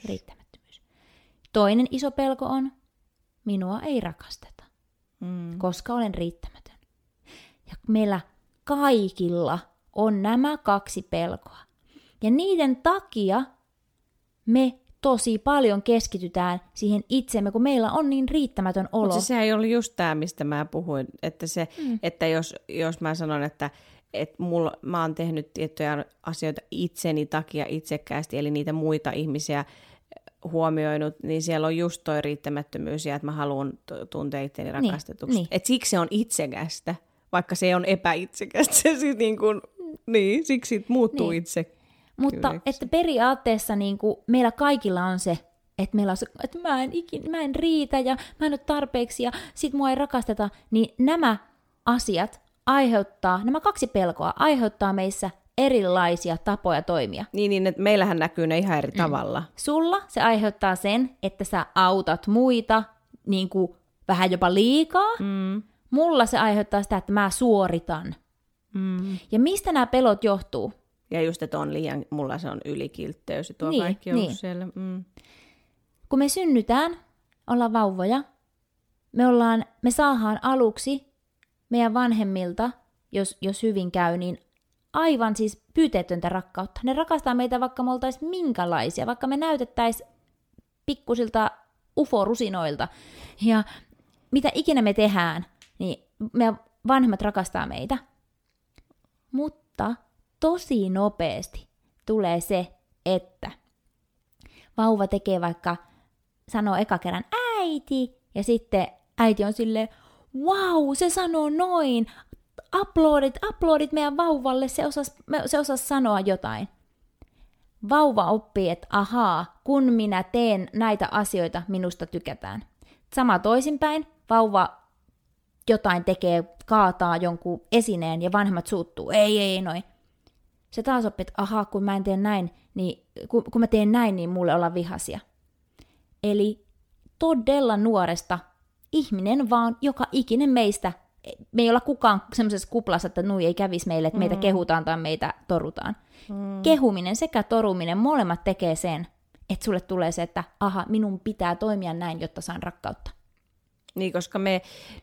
Toinen iso pelko on, minua ei rakasteta, koska olen riittämätön. Ja meillä kaikilla on nämä 2 pelkoa. Ja niiden takia me tosi paljon keskitytään siihen itsemme, kun meillä on niin riittämätön olo. Mutta se ei ollut just tämä, mistä mä puhuin, että, että jos mä sanon, että mä oon tehnyt tiettyjä asioita itseni takia itsekkäästi, eli niitä muita ihmisiä huomioinut, niin siellä on just toi riittämättömyys ja että mä haluan tuntea itteni rakastetuksi. Niin. Että siksi se on itsekästä, vaikka se on epäitsekästä. Se sit siksi muuttuu itse. Mutta että periaatteessa meillä kaikilla on se, että meillä on se, että mä en riitä ja mä en ole tarpeeksi ja sit mua ei rakasteta, niin nämä asiat nämä 2 pelkoa aiheuttaa meissä erilaisia tapoja toimia. Niin, että meillähän näkyy ne ihan eri tavalla. Sulla se aiheuttaa sen, että sä autat muita vähän jopa liikaa. Mulla se aiheuttaa sitä, että mä suoritan. Ja mistä nämä pelot johtuu? Ja just, että on liian, mulla se on ylikiltteys, tuo kaikki on siellä. Kun me synnytään, ollaan vauvoja, me saadaan aluksi meidän vanhemmilta, jos hyvin käy, niin aivan siis pyyteetöntä rakkautta. Ne rakastaa meitä, vaikka me oltaisiin minkälaisia, vaikka me näytettäisiin pikkusilta ufo-rusinoilta. Ja mitä ikinä me tehdään, niin meidän vanhemmat rakastaa meitä. Mutta tosi nopeasti tulee se, että vauva tekee sanoo eka kerran äiti, ja sitten äiti on silleen, wow, se sanoo noin, aplodit meidän vauvalle, se osasi sanoa jotain. Vauva oppii, että ahaa, kun minä teen näitä asioita, minusta tykätään. Sama toisinpäin, vauva jotain tekee, kaataa jonkun esineen ja vanhemmat suuttuu. Ei, noin. Se taas oppii, että ahaa, kun mä en tee näin, niin kun mä teen näin, niin mulle ollaan vihaisia. Eli todella nuoresta ihminen vaan, joka ikinen meistä, me ei olla kukaan semmoisessa kuplassa, että nui ei kävisi meille, että meitä kehutaan tai meitä torutaan. Kehuminen sekä toruminen, molemmat tekee sen, että sulle tulee se, että aha, minun pitää toimia näin, jotta saan rakkautta. Niin, koska me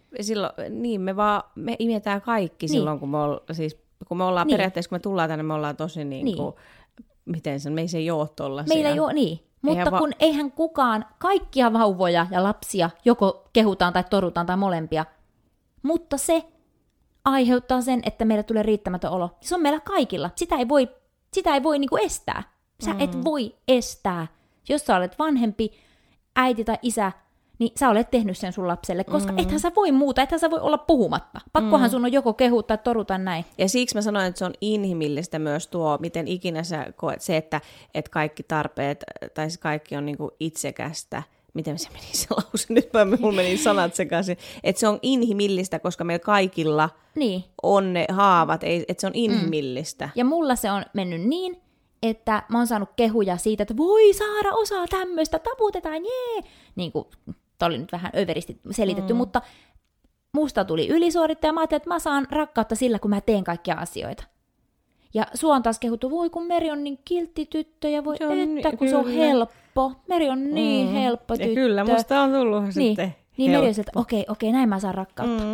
imetään kaikki silloin, kun kun me ollaan periaatteessa, kun me tullaan tänne, me ollaan tosi miten se, me ei ole tollaisia. Meillä ei ole, niin. Mutta eihän kukaan, kaikkia vauvoja ja lapsia joko kehutaan tai torutaan tai molempia, mutta se aiheuttaa sen, että meillä tulee riittämätön olo. Se on meillä kaikilla. Sitä ei voi niinku estää. Sä et voi estää. Jos sä olet vanhempi, äiti tai isä, niin sä olet tehnyt sen sun lapselle, koska ethän sä voi muuta, ethän sä voi olla puhumatta. Pakkohan sun on joko kehua tai toruta näin. Ja siksi mä sanoin, että se on inhimillistä myös tuo, miten ikinä sä koet se, että kaikki tarpeet, tai se kaikki on niinku itsekästä. Miten se meni se lause? Nyt mulla meni sanat sekaisin. Että se on inhimillistä, koska meillä kaikilla on ne haavat, että se on inhimillistä. Ja mulla se on mennyt niin, että mä oon saanut kehuja siitä, että voi Saara osaa tämmöistä, taputetaan, jee! Niin kuin, tää oli nyt vähän överisti selitetty, mutta musta tuli ylisuorittaja, mä ajattelin, että mä saan rakkautta sillä, kun mä teen kaikkia asioita. Ja sua on taas kehuttu, voi kun Meri on niin kiltti tyttö, ja voi kun se on helppo. Meri on niin helppo tyttö. Ja kyllä, musta on tullut sitten niin Meri on sieltä, okei, näin mä saan rakkautta.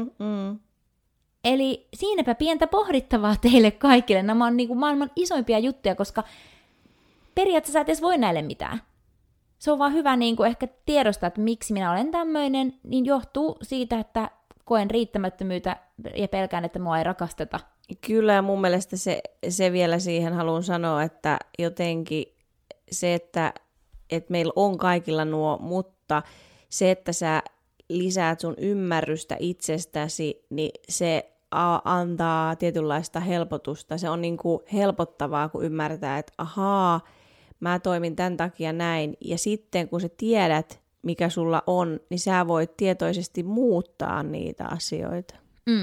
Eli siinäpä pientä pohdittavaa teille kaikille. Nämä on niin kuin maailman isoimpia juttuja, koska periaatteessa sä et edes voi näille mitään. Se on vaan hyvä niin kuin ehkä tiedostaa, että miksi minä olen tämmöinen, niin johtuu siitä, että koen riittämättömyyttä ja pelkään, että mua ei rakasteta. Kyllä, ja mun mielestä se vielä siihen haluan sanoa, että jotenkin se, että meillä on kaikilla nuo, mutta se, että sä lisäät sun ymmärrystä itsestäsi, niin se antaa tietynlaista helpotusta. Se on niin kuin helpottavaa, kun ymmärtää, että ahaa, mä toimin tämän takia näin. Ja sitten kun sä tiedät, mikä sulla on, niin sä voit tietoisesti muuttaa niitä asioita.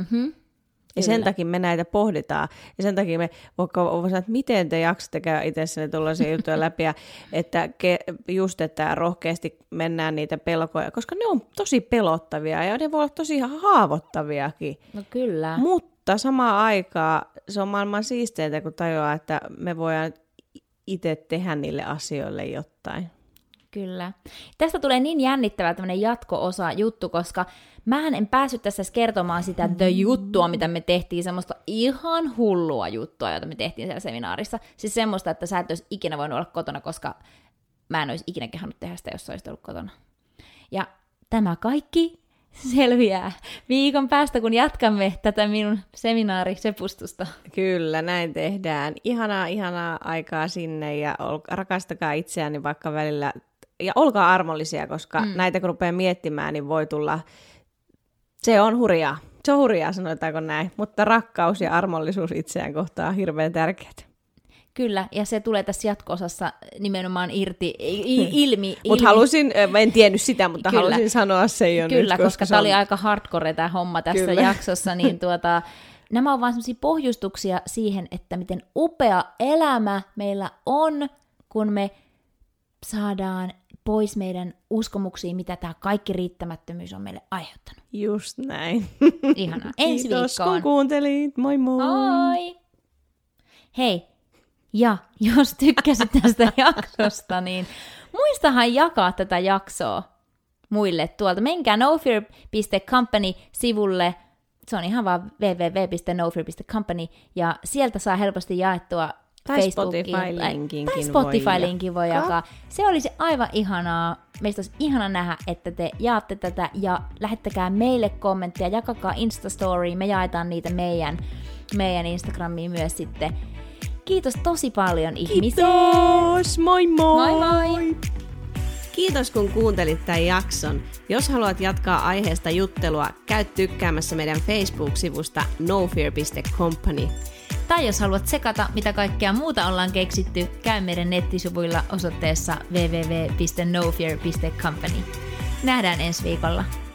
Ja sen takia me näitä pohditaan. Ja sen takia me voidaan sanoa, että miten te jaksatte käydä itsessänne tuollaisia juttuja läpi. Että just, että rohkeasti mennään niitä pelkoja. Koska ne on tosi pelottavia ja ne voi olla tosi haavoittaviakin. No kyllä. Mutta samaan aikaan se on maailman siisteintä, kun tajuaa, että me voidaan itse tehdä niille asioille jotain. Kyllä. Tästä tulee niin jännittävä tämmöinen jatko-osa juttu, koska mähän en päässyt tässä kertomaan sitä juttua, mitä me tehtiin, semmoista ihan hullua juttua, jota me tehtiin siellä seminaarissa. Siis semmoista, että sä et olisi ikinä voinut olla kotona, koska mä en olisi ikinä kehannut tehdä sitä, jos sä olisit ollut kotona. Ja tämä kaikki selviää viikon päästä, kun jatkamme tätä minun seminaarisepustusta. Kyllä, näin tehdään. Ihanaa aikaa sinne ja rakastakaa itseäni vaikka välillä. Ja olkaa armollisia, koska näitä kun rupeaa miettimään, niin voi tulla, se on hurjaa. Se on hurjaa, sanotaanko näin. Mutta rakkaus ja armollisuus itseään kohtaan on hirveän tärkeää. Kyllä, ja se tulee tässä jatko-osassa nimenomaan ilmi. Mutta halusin, en tiennyt sitä, mutta kyllä, halusin sanoa se jo kyllä, nyt. Koska tämä oli aika hardcore tämä homma tässä jaksossa, niin nämä on vaan sellaisia pohjustuksia siihen, että miten upea elämä meillä on, kun me saadaan pois meidän uskomuksiin, mitä tämä kaikki riittämättömyys on meille aiheuttanut. Just näin. Ihanaa. Ensi viikkoon. Kiitos, kun kuuntelit. Moi moi. Moi. Hei, ja jos tykkäsit tästä jaksosta, niin muistahan jakaa tätä jaksoa muille tuolta. Menkää nofear.company-sivulle. Se on ihan vaan www.nofear.company ja sieltä saa helposti jaettua tai Spotify-linkin voi jakaa. Se olisi aivan ihanaa. Meistä olisi ihana nähdä, että te jaatte tätä ja lähettäkää meille kommentteja, jakakaa Instastory, me jaetaan niitä meidän Instagramiin myös sitten. Kiitos tosi paljon ihmiset. Kiitos, moi moi! Moi moi! Kiitos kun kuuntelit tämän jakson. Jos haluat jatkaa aiheesta juttelua, käy tykkäämässä meidän Facebook-sivusta nofear.company. Tai jos haluat tsekata, mitä kaikkea muuta ollaan keksitty, käy meidän nettisivuilla osoitteessa www.nofear.company. Nähdään ensi viikolla.